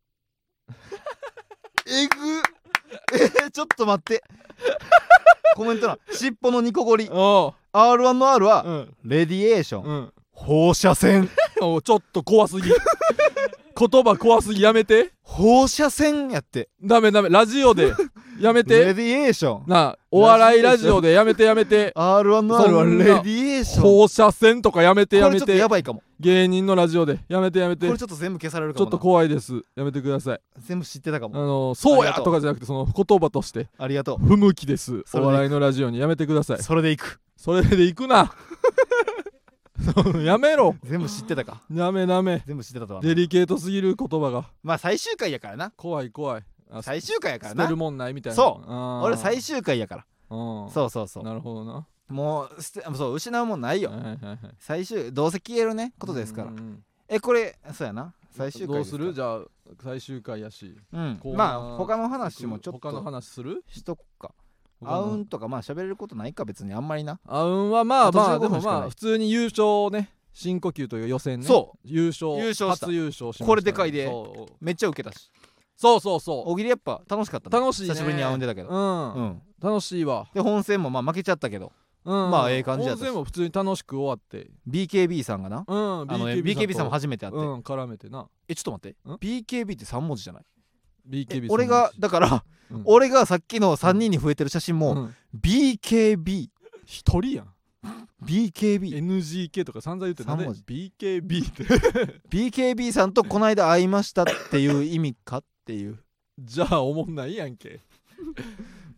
えぐちょっと待ってコメント欄尻尾のニコゴリ R1 の R は、レディエーション、放射線ちょっと怖すぎ言葉怖すぎやめて。 放射線やって。 ダメラジオでやめて。 レディエーションなあお笑いラジオでやめて R1 の R はレディエーション放射線とかやめてこれちょっとやばいかも。 芸人のラジオでやめてこれちょっと全部消されるかもな。 ちょっと怖いです。やめてください。 全部知ってたかも。 そうやとかじゃなくてその言葉としてありがとう不向きです。お笑いのラジオにやめてください。 それでいくなやめろ。 全部知ってたか。 ダメ全部知ってたとは。 デリケートすぎる言葉が。 まあ最終回やからな。 怖い最終回やからな。 捨てるもんないみたいな。 そう俺最終回やから。そうなるほどな。 もうそう失うもんないよ。最終どうせ消えるねことですからこれそうやな最終回どうする。じゃあ最終回やしまあ他の話もちょっと他の話するしとくか。あうんとかまあ喋れることないか別にあんまりな。 あうんはまあでもまあ普通に優勝ね深呼吸という予選ね。 そう優勝初優勝しました。 これでかいでめっちゃ受けたし。 そう大喜利やっぱ楽しかった。 楽しいね。 久しぶりにあうんでたけど楽しいわ。 で本戦もまあ負けちゃったけどまあええ感じだったし。 本戦も普通に楽しく終わって BKB さんがなBKB さんも初めて会って絡めてな。 ちょっと待って BKB って3文字じゃない。 BKB 俺がだから俺がさっきの3人に増えてる写真も BKB 一人やん。 BKB NGK とか散々言ってなんで BKB って BKB さんとこの間会いましたっていう意味かっていう。 じゃあおもんないやんけ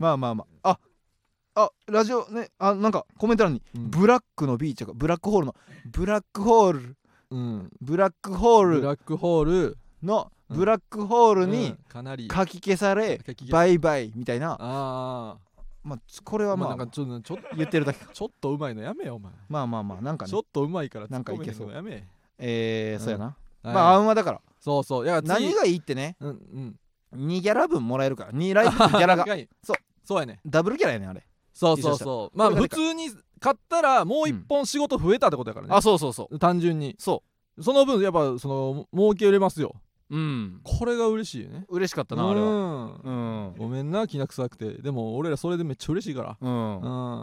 まあラジオね、なんかコメント欄に、ブラックの B ちゃうか、ブラックホールのブラックホール、ブラックホールのブラックホールに書き消されバイバイみたいな。まあこれはまあなんかちょっと言ってるだけか。 ちょっとうまいのやめよお前。 まあなんかね、 ちょっとうまいからなんかいけそう。 やめ。 そうやな。まああんまだから。 そう。 何がいいってね。2ギャラ分もらえるから。2ライブギャラが。 そうやね。 ダブルギャラやねあれ。 そう。まあ普通に買ったらもう一本仕事増えたってことやからね。 そう単純に。その分やっぱその儲け売れますよ。これが嬉しいね。 嬉しかったなあれは。 ごめんな、きな臭くて。でも俺らそれでめっちゃ嬉しいから。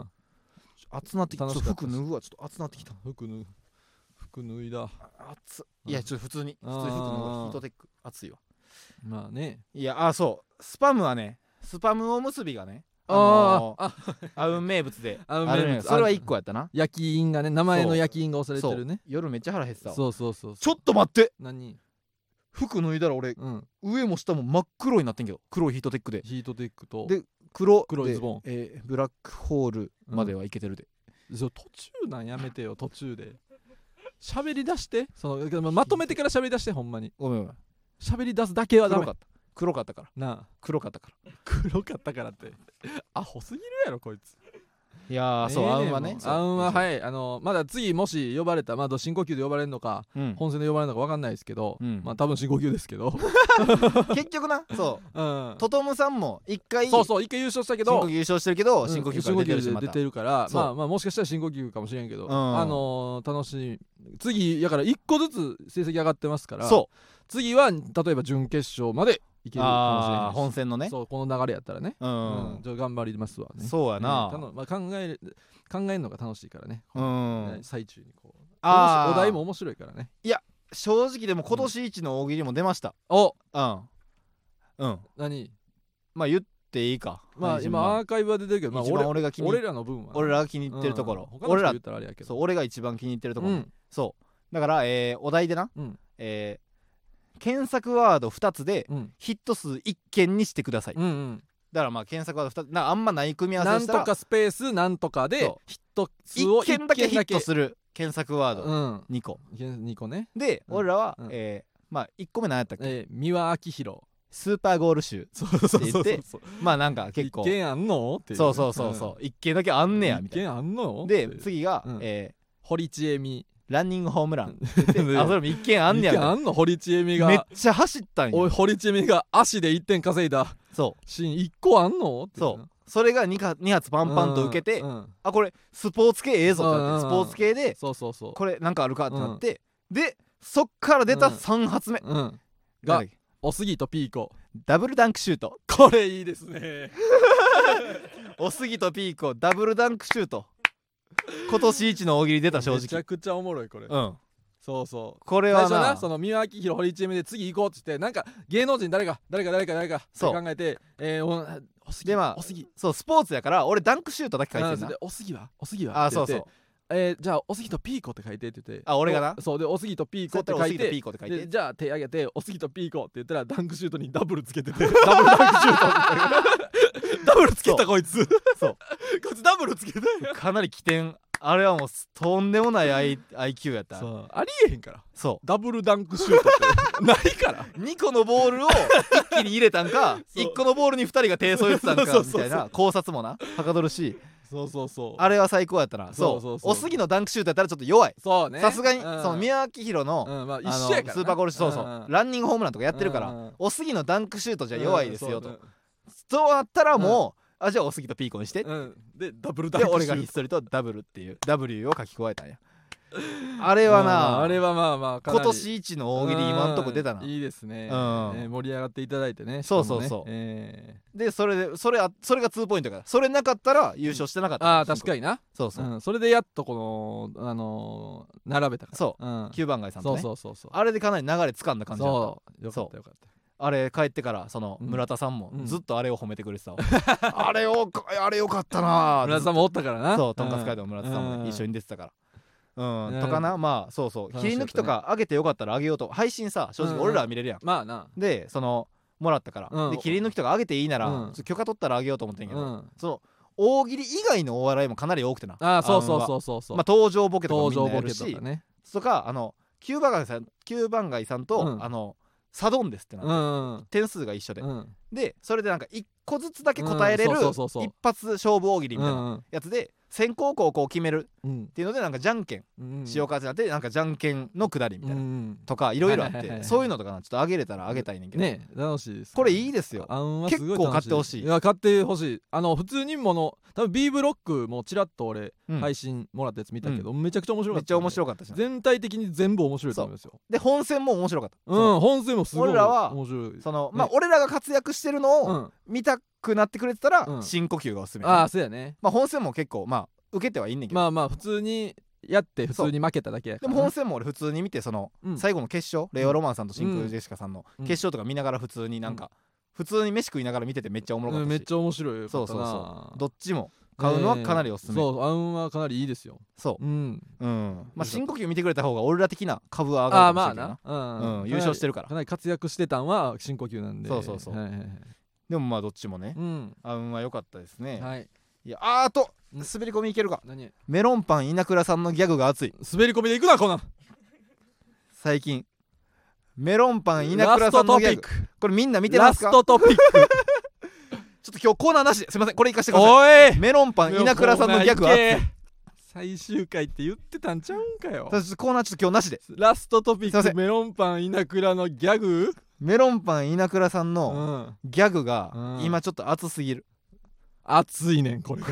熱なってきた。服脱ぐわ。ちょっと熱なってきた。 服脱いだ。 熱いやちょっと普通に服脱ぐわ。ヒートテック熱いわ。 まあね。 いやそうスパムはね、スパムおむすびがね、あうん名物であるね。それは1個やったな。 焼き印がね、名前の焼き印が押されてるね。 夜めっちゃ腹減ってたわ。 そうちょっと待って、 何服脱いだら俺上も下も真っ黒になってんけど、黒いヒートテックで。 ヒートテックとで黒いズボン、ブラックホールまではいけてるで。 途中なんやめてよ。途中で喋り出して、そのまとめてから喋り出して。ほんまにごめん喋り出すだけはダメ。 黒かったからなあ。 黒かったからってアホすぎるやろこいつ。 いやそうあんはね、 あんははい、まだ次もし呼ばれたら、深呼吸で呼ばれるのか本戦で呼ばれるのか分かんないですけど、まあ多分深呼吸ですけど結局な。そうトトムさんも一回一回優勝したけど、 深呼吸優勝してるけど深呼吸から出てるから、まあもしかしたら深呼吸かもしれんけど、楽しい。次やから1個ずつ成績上がってますから、次は例えば準決勝までいけるかもしれない。 本戦のね。 そうこの流れやったらね。じゃあ頑張りますわね。 そうやな。 考えるのが楽しいからね。最中にこうお題も面白いからね。 いや正直でも今年一の大喜利も出ました。 何？ まあ言っていいか。 まあ今アーカイブは出てるけど、俺らの分は俺らが気に入ってるところ、俺ら俺が一番気に入ってるところ。そうだからお題でな、検索ワード2つでヒット数1件にしてください。だからまあ検索ワード2つあんまない組み合わせしたら、 なんとかスペースなんとかでヒット数を 1件だけヒットする検索ワード2個 2個ね。 で俺らはまあ1個目何やったっけ、 三輪明宏スーパーゴール集って言って、まあなんか結構 1件あんのって。 そう1件だけあんねやみたいな。 1件あんので次が堀ちえみランニングホームランそれも1件あんねや。 1件あんの。堀ちえみがめっちゃ走ったんや。 堀ちえみが足で1点稼いだシーン1個あんの。 それが2発パンパンと受けて、これスポーツ系ええぞってなって、スポーツ系でこれなんかあるかってなって、でそっから出た3発目がおすぎとピーコダブルダンクシュート。 これいいですね。 おすぎとピーコダブルダンクシュート。今年一の大喜利出た。正直めちゃくちゃおもろいこれ。そうこれは最初な、その三輪明宏堀ちえみで次行こうっつって、なんか芸能人誰かって考えて、おすぎそうスポーツやから俺ダンクシュートだけ書いてるな。 おすぎはって言って、じゃあおすぎとピーコって書いてって言って、 俺がな。 そうでおすぎとピーコって書いて、じゃあ手挙げておすぎとピーコって言ったらダンクシュートにダブルつけてて、ダブルダンクシュートダブルつけたこいつ。こいつダブルつけた。 かなり起点。あれはもうとんでもない IQ やった。 ありえへんから。ダブルダンクシュートってないから 2個のボールを一気に入れたんか1個のボールに2人が手添えてたんかみたいな考察もなはかどるし、あれは最高やったな。おすぎのダンクシュートやったらちょっと弱い。さすがにその三輪明宏のスーパーゴールシュート、ランニングホームランとかやってるから、おすぎのダンクシュートじゃ弱いですよと。そうなったらもうじゃあおすぎとピーコにして、 でダブルダンクシュートで俺がひっそりとダブルっていう W を書き加えたんや。あれはな、 あれはまあ今年一の大喜利今んとこ出たな。 いいですね。盛り上がっていただいてね。でそれが2ポイントから、それなかったら優勝してなかった。 確かにな。それでやっとこの並べたから。9番街さんとね。あれでかなり流れつかんだ感じだった。よかった。あれ帰ってからその村田さんもずっとあれを褒めてくれてたわ。あれよかったな。 村田さんもおったからな。 とんかつ街道の村田さんも一緒に出てたから。とかな。まあ切り抜きとか上げてよかったら上げようと。配信さ正直俺らは見れるやん。 まあな。 でそのもらったから、 うんで切り抜きとか上げていいなら、 うんちょっと許可取ったらあげようと思ってんけど、 うんその大喜利以外のお笑いもかなり多くてな。 ああそうそうそうそうそう、 まあ、登場ボケとかも登場ボみんなやるしケとかね。 とか9番街さんと、 うんサドンですってなって、 うん点数が一緒で、 うんでそれでなんか1個ずつだけ答えれるそうそうそうそう一発勝負大喜利みたいうんなやつで先攻後攻決めるうんっていうのでなんかじゃんけんうんしようかってなってなんかじゃんけんのくだりみたいな、 うんとかいろいろあってはいはいはいはいそういうのとかなちょっとあげれたらあげたいねんけど、 ね楽しいですね。 これいいですよ。 案はすごい楽しい。 結構買ってほしいいや買ってほしい。普通に多分 B ブロックもちらっと俺、 うん配信もらったやつ見たけど、めちゃくちゃ面白かった。 めっちゃ面白かったしな全体的に全部面白いと思いますよ。 で本戦も面白かった。 本戦もすごい俺らは面白い。 まあ俺らが活躍してるのをうん見たくなってくれてたら、 うん深呼吸がおすすめ、 ああそうやね。 まあ本戦も結構まあ受けてはいいんねんけど、 まあまあ普通にやって普通に負けただけやからな。 でも本戦も俺普通に見てうん最後の決勝、令和ロマンさんと真空ジェシカさんのうん決勝とか見ながら普通になんか、普通に飯食いながら見ててめっちゃおもろかったし、 めっちゃ面白いよ。 そうそうかったなそうどっちも買うのはかなりおすすめ、 そう案はかなりいいですよ。 そううん。 まあ深呼吸見てくれた方が俺ら的な株は上あがるかもしれんあまあけどな、 な。 優勝してるからかなり活躍してたんは深呼吸なんで。 そうそうそうはいはいはいでもまあどっちもね、 うん。 は良かったですね、 はい。 いやあとうん滑り込みいけるか。 何？ メロンパン稲倉さんのギャグが熱い滑り込みでいくなこんなん。 最近メロンパン稲倉さんのギャグこれみんな見てますか。 ラストトピック。 ちょっと今日コーナーなしですいませんこれいかしてください。 おい。 メロンパン稲倉さんのギャグは熱い。 最終回って言ってたんちゃうんかよ。 コーナーちょっと今日なしで。 ラストトピすいませんックメロンパン稲倉のギャグ。 メロンパン稲倉さんうのん。 ギャグがうん今ちょっと熱すぎる。 熱いねんこれが。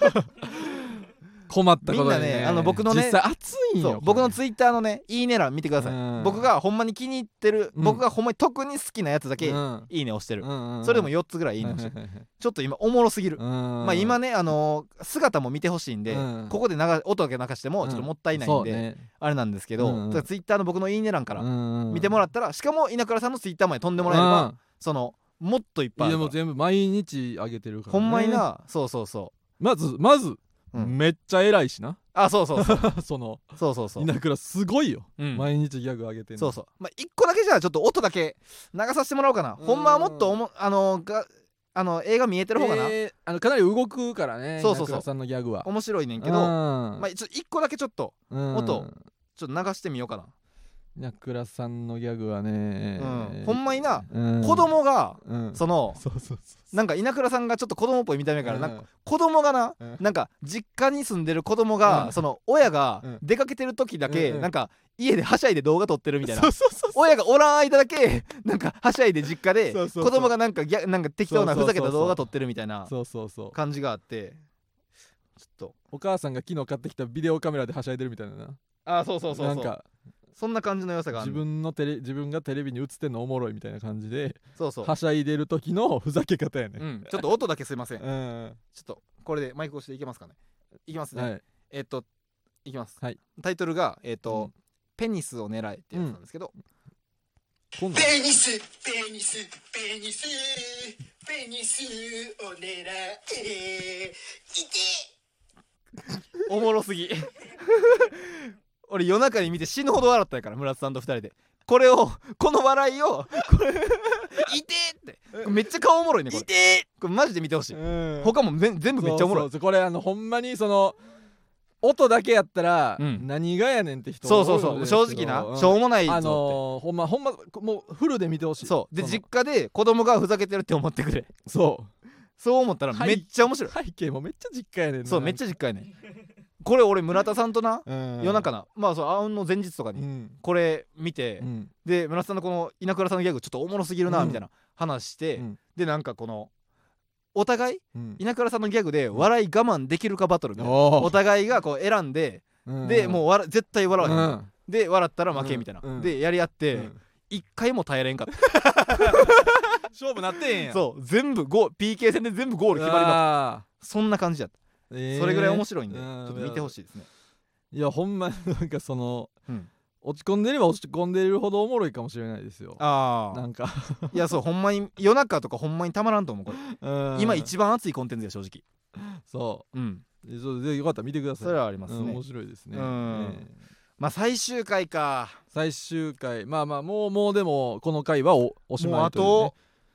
困ったことにみんなね僕のね実際熱いんよ。 そう僕のツイッターのねいいね欄見てください。 うん僕がほんまに気に入ってる、 うん僕がほんまに特に好きなやつだけうんいいね押してる、 うんそれでも4つぐらいいいね押してる、ちょっと今おもろすぎる、まあ今ね姿も見てほしいんで、 うんここで音だけ流してもちょっともったいないんで、 そうねあれなんですけど、 うんツイッターの僕のいいね欄から見てもららったら、しかも稲倉さんのツイッターまで飛んでもらえれば、もっといっぱいあでるからも全部毎日あげてるからね。 ほんまになそうそうそうまずうんめっちゃ偉いしな。 そうそうそうそのそうそうそう稲倉すごいよ。 うん毎日ギャグあげてんの。 そうそうまあ1個だけじゃあちょっと音だけ流させてもらおうかな。ほんまはもっと映画見えてる方がな、 かなり動くからね。 そうそうそう稲倉さんのギャグは。 面白いねんけど、まあちょっと1個だけちょっと音ちょっと流してみようかな。 稲倉さんのギャグはね、 ほんまにな、 うん子供が、 うんそうそうそうなんか稲倉さんがちょっと子供っぽい見た目から、 うんなんか子供がな、 うんなんか実家に住んでる子供が、 うんその親がうん出かけてる時だけ、 うんなんか家ではしゃいで動画撮ってるみたいな、 そうそうそう親がおらん間だけなんかはしゃいで実家でそうそうそう子供がなんかなんか適当なそうそうそうそうふざけた動画撮ってるみたいなそうそうそう。 感じがあってちょっとお母さんが昨日買ってきたビデオカメラではしゃいでるみたいなな。 そうそうそうそうなんかそんな感じの良さがある。 自分がテレビに映ってんのおもろいみたいな感じでそうそうはしゃいでる時のふざけ方やね。 ちょっと音だけすいません。ちょうん。 っとこれでマイク押していけますかね。いきますね。 はい。 いきます。 はいタイトルがうんペニスを狙えってやつなんですけど、 今度ペニスペニスペニスペニスを狙えいておもろすぎ俺夜中に見て死ぬほど笑ったやから村田さんと2人でこの笑いをいてってめっちゃ顔おもろいねこれ。 いてこれマジで見てほしい。 ー。 他も全部めっちゃおもろい。 そうこれほんまにその音だけやったらうん何がやねんって人そうそうそう正直なしょうもないぞって、 ほんまもうフルで見てほしい。 そうで実家で子供がふざけてるって思ってくれ。そう思ったらめっちゃ面白い。 背景もめっちゃ実家やねんな。 そうめっちゃ実家やねん。これ俺村田さんとな、 うん夜中なあうんの前日とかにうんこれ見て、 うんで村田さんのこの稲倉さんのギャグちょっとおもろすぎるなうんみたいな話して、 うんでなんかこのお互いうん稲倉さんのギャグで笑い我慢できるかバトルみたいな、 おーお互いがこう選んで、 うんでもう絶対笑わへん、 うんで笑ったら負けみたいな、 うんでやり合って、 うん一回も耐えれんかった勝負なってんや。 そう全部PK 戦で全部ゴール決まりまあす。そんな感じやった、 ーそれぐらい面白いんで、 うんちょっと見てほしいですね。 いやほんまなんかそのうん落ち込んでれば落ち込んでるほどおもろいかもしれないですよ。 ああなんかいやそうほんまに夜中とかほんまにたまらんと思うこれ、今一番熱いコンテンツや正直。 そううんそうでよかったら見てください。 それはありますね、 うん面白いですね。 うんねまあ最終回か。 最終回もうでもこの回はおしまいというね。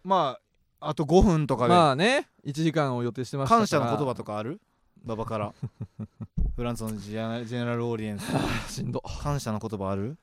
まああと5分とかでまあね1時間を予定してましたから感謝の言葉とかある？馬場からフランスのジェネラルオーディエンスしんど感謝の言葉ある？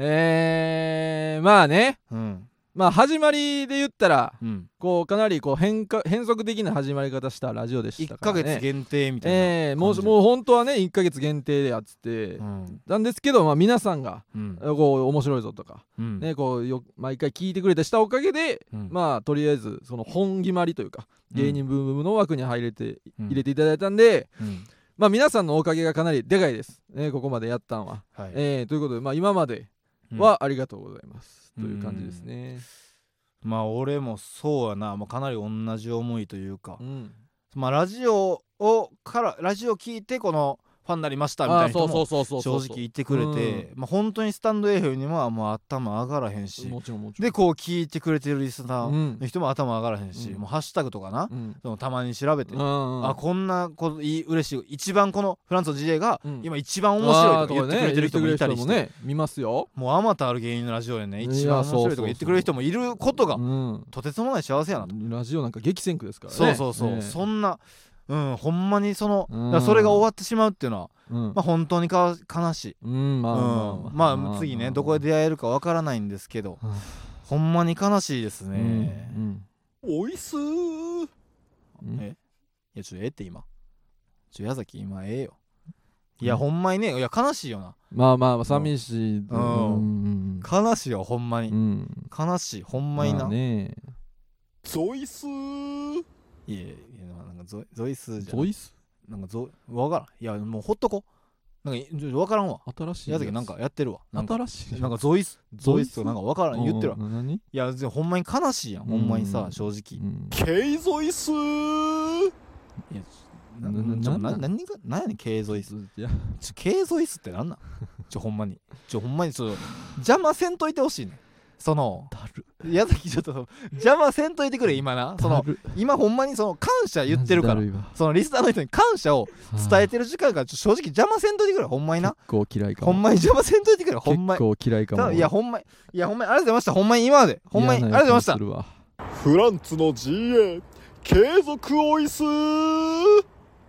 まあねうんまあ始まりで言ったらうんこうかなりこう変則的な始まり方したラジオでした 1 からね。 ヶ月限定みたいなもう本当はね1ヶ月限定でやってて、なんですけど、まあ、皆さんが、こう面白いぞとか、ね、こう毎回聞いてくれたしたおかげで、まあとりあえずその本決まりというか芸人ブームブームの枠に入れて、入れていただいたんで、まあ皆さんのおかげがかなりでかいです、ここまでやったんは、ということで、まあ、今まではありがとうございます、という感じですね。 まあ俺もそうやな、まあ、かなり同じ思いというか、まあラジオ聞いてこのファンになりましたみたいな人も正直言ってくれて、まあ本当にスタンド FM にはもう頭上がらへんし、でこう聞いてくれてるリスナーの人も頭上がらへんし、もうハッシュタグとかな、そのたまに調べて、あこんなこと嬉しい、一番このフランスの GA が今一番面白いとか言ってくれてる人もいたりして、 見ますよ。 もうあまたある芸人のラジオでね一番面白いとか言ってくれる人もいることがとてつもない幸せやなと。 ラジオなんか激戦区ですからね。 そうそんなほんまにそれが終わってしまうっていうのはまあ本当に悲しい。まあ次ねどこで出会えるかわからないんですけど、ほんまに悲しいですね。 おいすー。 いやちょっとって今矢崎今よ。いやほんまにね、いや悲しいよな。 まあ寂しい。 悲しいよほんまに。悲しいほんまにな。 ゾイスー。 いやなんかゾイスじゃん。 ゾイスなんかわからん。いやもうほっとこ。なんかわからんわ。 新しい矢崎なんかやってるわ。 新しいなんかゾイスとなんかわからん言ってるわ。 何？ いやほんまに悲しいやん。ほんまにさ正直。 ケイゾイスー。 いや何やねんケイゾイス。ケイゾイスってなんなん？ほんまに邪魔せんといてほしいね。その矢崎ちょっと邪魔せんといてくれ今な。今ほんまにその感謝言ってるから、そのリスナーの人に感謝を伝えてる時間から正直邪魔せんといてくれほんまにな。 結構嫌いかも。 ほんまに邪魔せんといてくれほんまに。 結構嫌いかも。 いやほんまにありがとうございました。ほんまに今までほんまにありがとうございました。 フランツの GA 継続おいすー。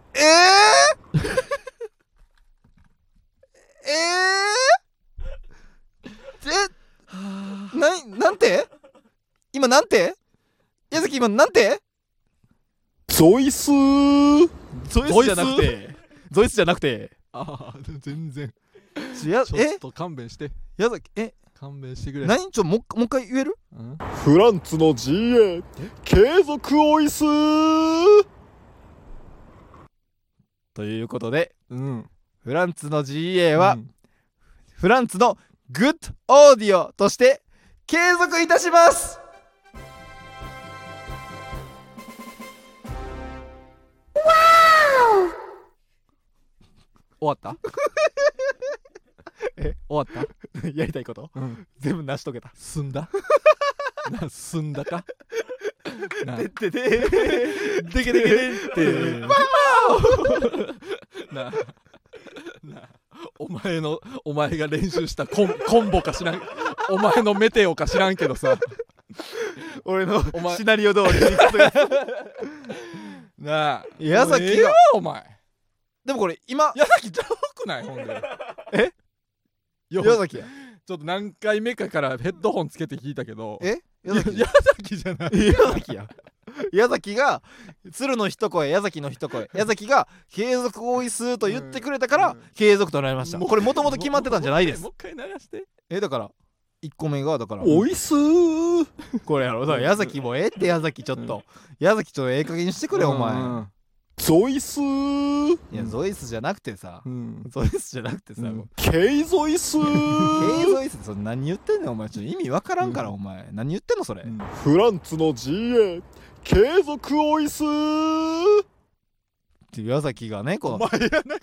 なんて今なんて矢崎今なんてゾイスー。 ゾイスじゃなくて全然ちょっと勘弁して矢崎勘弁してくれ。 何もう一回言える？ フランツの GA 継続おいすー。 ということで、フランツの GA は、フランツのグッドオーディオとして継続いたします。 終わった終わったやりたいこと、全部成し遂げた。 済んだ済んだかでけでけってなお前が練習したコンボか知らん、お前のメテオか知らんけどさ、 俺のシナリオ通りになあ矢崎がお前でもこれ今矢崎ちゃうくない？ほんで矢崎やちょっと何回目かからヘッドホンつけて聞いたけど矢崎じゃない。 矢崎や矢崎が鶴の一声矢崎の一声矢崎が継続多い数と言ってくれたから継続となりました。これもともと決まってたんじゃないです。 もう一回流して。 だから1個目がだからおいすーこれやろ。だから矢崎もって矢崎ちょっと矢崎ちょっとええ加減にしてくれお前。 ゾイスー。 いやゾイスじゃなくてさ、ゾイスじゃなくてさ、 ケイゾイスー。 ケイゾイスそれ何言ってんねんお前。ちょっと意味わからんからお前何言ってんのそれ。 フランツの GA 継続おいすーって矢崎がねこうお前やないか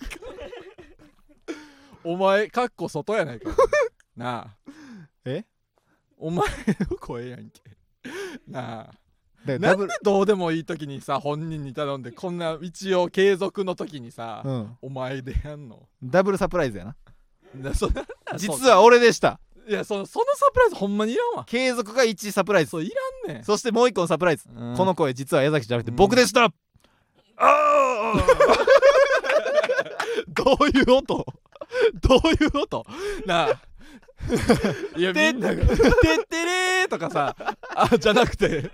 お前かっこ外やないかなあ。お前の声やんけなあ。なんでどうでもいい時にさ本人に頼んでこんな一応継続の時にさ、お前でやんの。 ダブルサプライズやな。 実は俺でした。 いやそのサプライズほんまにいらんわ。 継続が1サプライズ。 そういらんねん。 そしてもう1個のサプライズ、 うんこの声実は矢崎じゃなくて僕でした、あどういう音どういう音なあいやみんなが「てってれー」とかさじゃなくて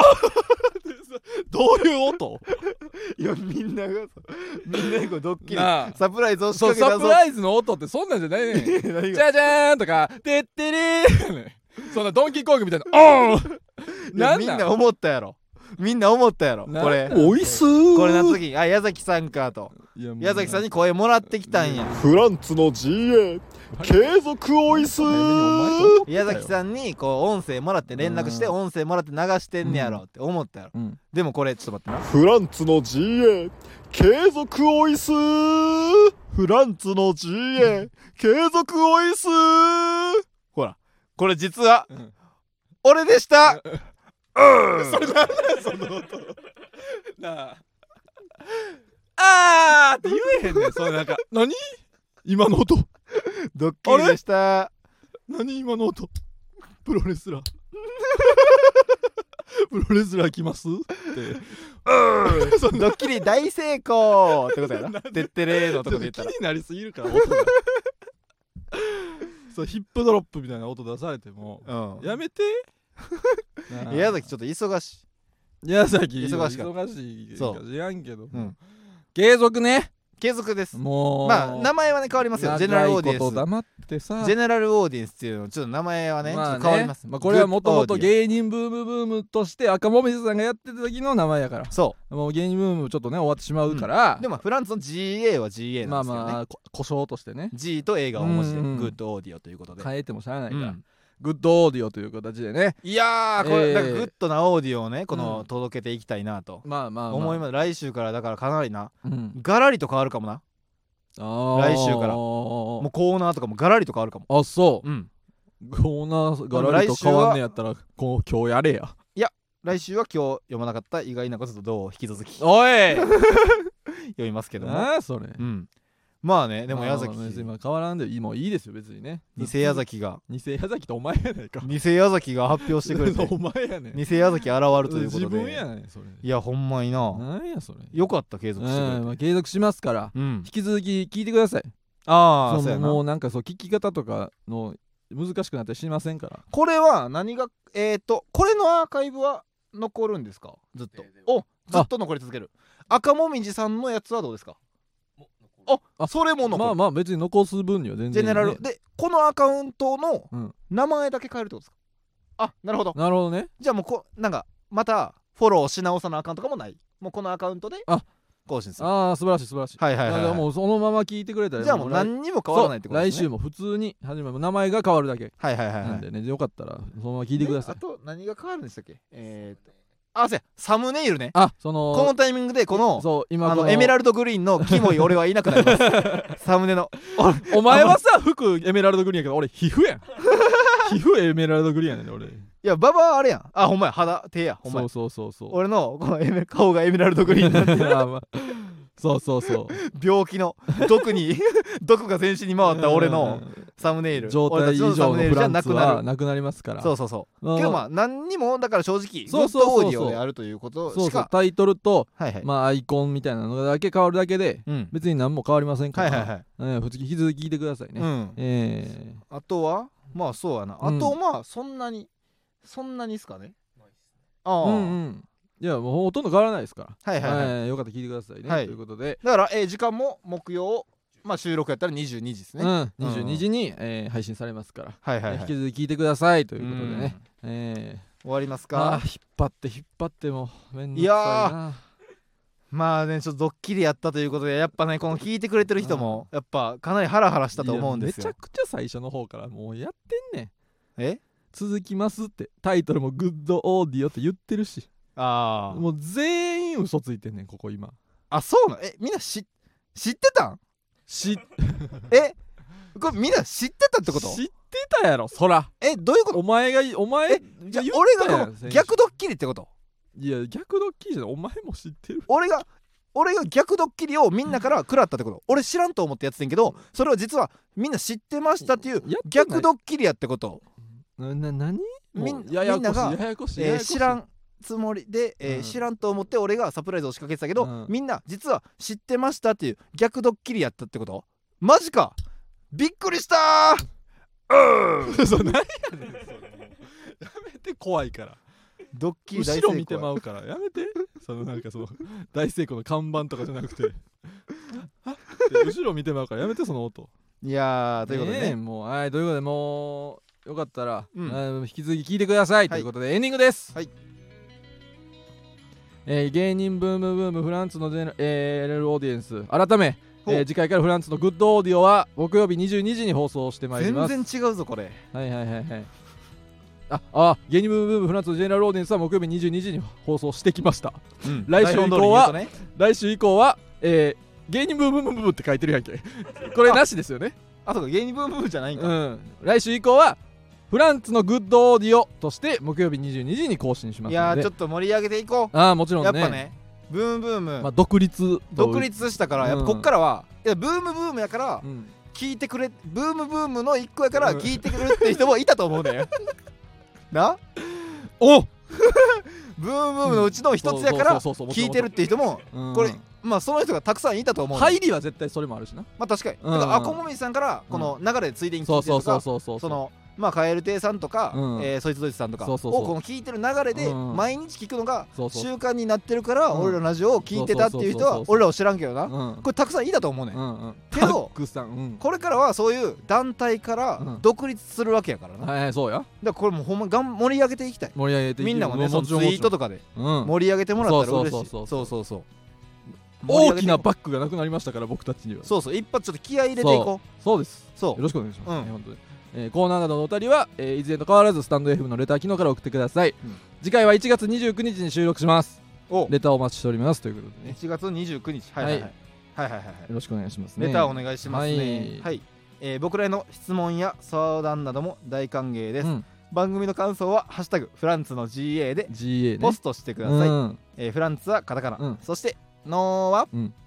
どういう音いやみんながこうドッキリなあサプライズを仕そう掛けたぞ。 サプライズの音ってそんなんじゃないねん。じ何がゃじゃーんとか「てってれー」ねんそんなドンキーコングみたいな「おーいやなんなんみんな思ったやろ。みんな思ったやろ。これおいすーこれなった時に矢崎さんかと。 いやもう矢崎さんに声もらってきたんや。 フランツの GA 継続おいす早めにお前と思ったよ矢崎さんにこう音声もらって連絡して音声もらって流してんねやろって思ったやろ。 うんでもこれちょっと待ってな。 フランツの GA 継続おいすフランツの GA 継続おいすほらこれ実はうん俺でしたそれなんだよその音なあって言えへんねんそれなんか何今の音ドッキリでした何今の音プロレスラープロレスラー来ますってドッキリ大成功ってことやな。てってれーのとこで言ったら気になりすぎるから音がそうヒップドロップみたいな音出されてもうんやめてなあ矢崎ちょっと忙しい。 矢崎忙しかった忙しいそうか知らんけど、 うん継続ね継続です。 もうまあ名前はね変わりますよ。ジェネラルオーディエンス長いこと黙ってさジェネラルオーディエンスっていうのちょっと名前はねちょまあっと変わります。 まあこれはもともとグッドオーディエン芸人ブームとして赤もみじさんがやってた時の名前やからスそもう芸人ブームちょっとね終わってしまうから、 うでもフランスの GA は GA まあなんですけどね、 まあ故障としてね G と A が大文字でうんグッドオーディオということで、 変えてもしゃあないから、 うんグッドオーディオという形でねいやーこれ、 えーなんかグッドなオーディオをねこうんの届けていきたいなとまあまあ、まあ、 思います。来週からだからかなりなうん、 ガラリと変わるかもな。来週からもうコーナーとかもガラリと変わるかも。 あそううんコーナーガラリと変わんねやったらこう今日やれや来週は今日読まなかった意外なこととどう引き続きおい読みますけども、 なあそれうんまあねでも矢崎まあ別に今変わらんでもういいですよ別にね偽矢崎が偽矢崎とお前やないか偽矢崎が発表してくれてお前やねん偽矢崎現るということで自分やねんそれいやほんまにななんやそれよかった継続してくれてまあ継続しますからうん引き続き聞いてくださいそうああそうやなもうなんかそう聞き方とかの難しくなったりしませんからこれは何がこれのアーカイブは残るんですかずっとおずっと残り続ける赤もみじさんのやつはどうですかあそれも残るまあまあ別に残す分には全然ジェネラルねでこのアカウントのうん名前だけ変えるってことですかあなるほどなるほどねじゃあもうなんかまたフォローし直さなアカウントかもないもうこのアカウントであ更新するああ素晴らしい素晴らしいはいはいはいはいだからもうそのまま聞いてくれたらじゃあもう何にも変わらないってことですねそう来週も普通に始まる名前が変わるだけはいはいはいはいなんでねよかったらそのまま聞いてくださいあと何が変わるんでしたっけあそうやサムネイルねあそのこのタイミングでこのそう今このエメラルドグリーンのキモい俺はいなくなりますサムネのお前はさ服エメラルドグリーンやけど俺皮膚やん皮膚エメラルドグリーンやねん俺いやババはあれやんあほんまや肌手やほんまやそうそうそう俺のこの顔がエメラルドグリーンになってるあまあそうそうそう病気の毒が全身に回った俺のサムネイル状態以上のサムネイルじゃフランツなくなるはなくなりますからそうそうそうあーけどまあ何にもだから正直そうそうそうそうグッドオーディオであるということそうしかそうタイトルとはいはいまあアイコンみたいなのだけ変わるだけでうん別に何も変わりませんからはいはいはい普通に引き続き聞いてくださいねうんあとはまあそうやなあうんとまあそんなにっすかねああうんうんいやもうほとんど変わらないですからはいはいはいよかったら聞いてくださいねはいということでだから時間も木曜まあ収録やったら22時ですね 22時に配信されますからはいはいはい引き続き聞いてくださいということでね終わりますかあー引っ張ってもめんどくさいなまあねちょっとドッキリやったということでやっぱねこの聞いてくれてる人もやっぱかなりハラハラしたと思うんですよいやめちゃくちゃ最初の方からもうやってんねんえ続きますってタイトルもグッドオーディオって言ってるしあもう全員嘘ついてんねんここ今あそうなのみんな知ってたんこれみんな知ってたってこと知ってたやろそらどういうことお前がじゃあ言った俺がこのやん先週逆ドッキリってこといや逆ドッキリじゃないお前も知ってる俺が俺が逆ドッキリをみんなから食らったってこと。俺知らんと思ってやってたんけど、それは実はみんな知ってましたっていう逆ドッキリやってこと。 何みんなが知らんつもりで、知らんと思って俺がサプライズを仕掛けてたけど、みんな実は知ってましたっていう逆ドッキリやったってこと。マジか、びっくりしたー。 そう何やねんそれ、やめて、怖いから。 ドッキリ大成功、 後ろ見てまうからやめて。そのなんかその大成功の看板とかじゃなくて後ろ見てまうからやめて、その音。 いやー、ということでね、 もうはい、ということで、もうよかったら、引き続き聞いてください、ということでエンディングです。はい。芸人ブームブームフランツのLL オーディエンス改め、次回からフランツのグッドオーディオは木曜日22時に放送してまいります。 全然違うぞこれ。 はいはいはいはい。芸人ブームブームフランツのジェネラルオーディエンスは木曜日22時に放送してきました。来週以降は、芸人ブームブームって書いてるやんけこれなしですよね。 そうか、芸人ブームブームじゃないんか。 来週以降はフランツのグッドオーディオとして木曜日22時に更新しますので、 いやー、ちょっと盛り上げていこう。 もちろんね、 やっぱね、ブームブーム、 独立したから、やっぱこっからは、いやブームブームやから、聞いてくれ、ブームブームの一個やから聞いてくれるって人もいたと思うねなブームブームのうちの一つやから聞いてるって人も、これまあその人がたくさんいたと思う。 入りは絶対それもあるしな。 まあ確かに、だからこもみさんからこの流れでついでに聞いてるとか、そのまあカエル亭さんとかそいつどいつさんとかをこの聞いてる流れで毎日聞くのが習慣になってるから、俺らのラジオを聞いてたっていう人は俺らを知らんけどな、これたくさんいたと思うねんけど、これからはそういう団体から独立するわけやからな。 そうや。 だからこれもうほんま盛り上げていきたい。みんなもね、そのツイートとかで盛り上げてもらったら嬉しい。そうそうそう、 大きなバックがなくなりましたから、僕たちには。 そうそう、一発ちょっと気合い入れていこう。そうです。よろしくお願いします。本当にコーナーなどのお便りは、いずれと変わらずスタンド FM のレター機能から送ってください。次回は1月29日に収録します。レターお待ちしておりますということでね。 1月29日、はいはいはいはいはい、よろしくお願いしますね。 レターお願いしますね。はい、僕らへの質問や相談なども大歓迎です。番組の感想はハッシュタグフランツの GA でポストしてください。フランツはカタカナ、そしてのは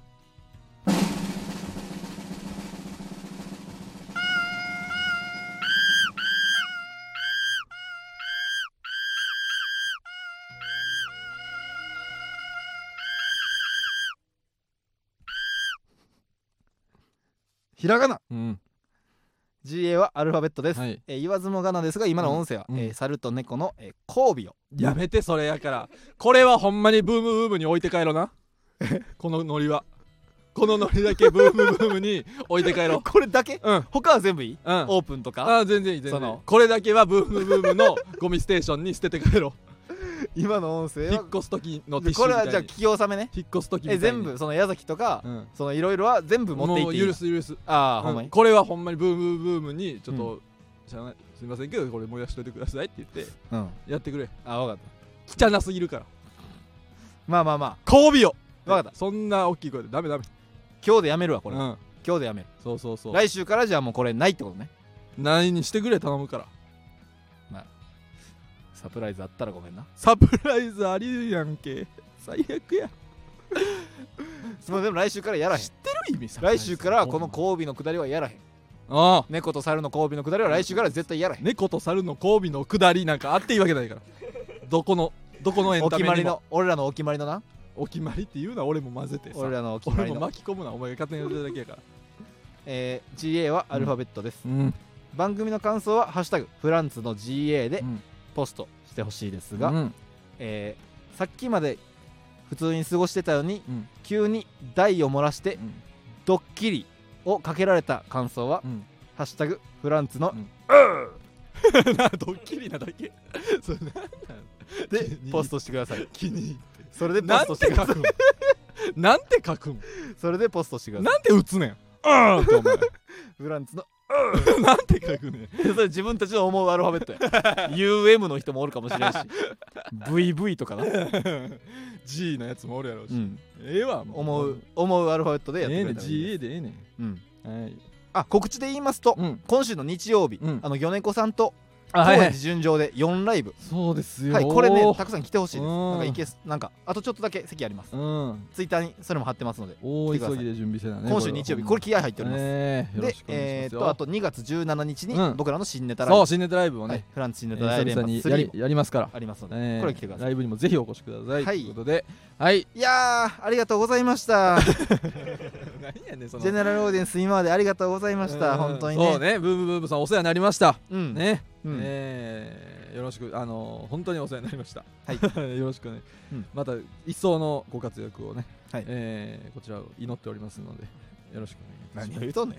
ひらがな、GA はアルファベットです。言わずもがなですが、今の音声は猿と猫の交尾を。 やめて、それやから。これはほんまにブームブームに置いて帰ろなこのノリは、このノリだけブームブームに置いて帰ろうこれだけ、他は全部いい、オープンとか。 全然いい、全然。これだけはブームブームのゴミステーションに捨てて帰ろう今の音声は引っ越す時のティッシュみたいに。 これはじゃあ企業納めね。 引っ越す時みたいに全部その矢崎とか、そのいろいろは全部持っていっていい。 許す。 ほんまにこれはほんまにブームブームにちょっと、すいませんけどこれ燃やしといてくださいって言ってやってくれ。 分かった。 汚すぎるから。 まあ交尾を。 分かった。 そんな大きい声でダメ。 今日でやめるわこれ。今日でやめる。 そう。 来週からじゃあもうこれないってことね。 何にしてくれ、頼むから。 サプライズあったらごめんな。 サプライズありやんけ、最悪やでも来週からやらへん。 知ってる意味。 来週からこの交尾のくだりはやらへん。猫と猿の交尾のくだりは来週から絶対やらへん。 猫と猿の交尾のくだりなんかあっていいわけないからどこのエンタメにも俺らのお決まりのな。 お決まりって言うな、俺も混ぜてさ。 俺らのお決まりの。 俺も巻き込むな、お前が勝手に言うだけやから。 GA はアルファベットです。番組の感想はハッシュタグフランツの GA でポストしてほしいですが、さっきまで普通に過ごしてたのに、急に台を漏らして、ドッキリをかけられた感想は、ハッシュタグフランツのドッキリなだけそれなんなんでポストしてください。 気に入ってそれでポストしてください。 なんて書くんそれでポストしてください。 なんて打つねんってお前フランツのなんて書くねんそれ自分たちの思うアルファベットやUM の人もおるかもしれんしVV とかな G のやつもおるやろうし、ええわ、 思うアルファベットでやってくれたらいい。 GA でええねん。 告知で言いますと、今週の日曜日、魚猫さんと高円寺純情で4ライブ。 そうですよ。 はい、これねたくさん来てほしいです。なんかいけなんかあとちょっとだけ席あります。ツイッターにそれも貼ってますので。 大急ぎで準備してたね。 今週日曜日これ気合入っております。であと2月17日に僕らの新ネタライブ。 そう新ネタライブをねフランツ新ネタライブやりますからありますのでこれ来てください。 ライブにもぜひお越しください。ということでいやありがとうございました。 何やねんそのジェネラルオーディエンス今までありがとうございました。本当にね。 そうねブームブームさんお世話になりました。ね。よろしく本当にお世話になりました。よろしくね。また一層のご活躍をねこちらを祈っておりますのでよろしくお願いします。 何を言うとんねん。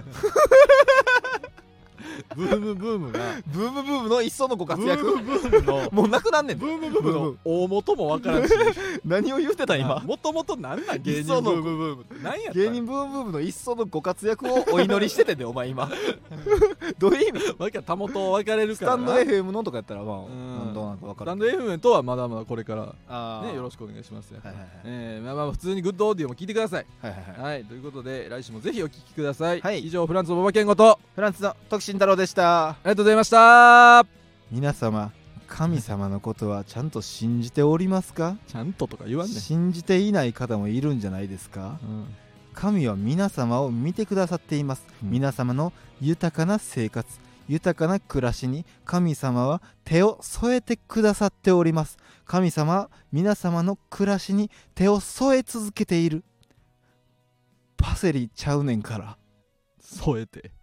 ブームブームがブームブームの一層のご活躍。 ブームブームのもうなくなんねん。 ブームブームの大元もわからんし何を言うてた今。 もともとなんなん芸人ブームブームって何やった芸人ブームブームの一層のご活躍をお祈りしててんでお前今。どういう意味。 わけはたもと分かれるからな。 スタンド FM のとかやったらまあどうなのか分かる。 スタンド FM とはまだまだこれからねよろしくお願いしますよ。まあ普通にグッドオーディオも聞いてください。はいということで来週もぜひお聞きください。以上フランツの馬場健吾とフランツの徳慎太郎でした。 ありがとうございました。 皆様神様のことはちゃんと信じておりますか。 ちゃんととか言わんねん。 信じていない方もいるんじゃないですか。神は皆様を見てくださっています。皆様の豊かな生活豊かな暮らしに神様は手を添えてくださっております。神様は皆様の暮らしに手を添え続けている。パセリちゃうねんから添えて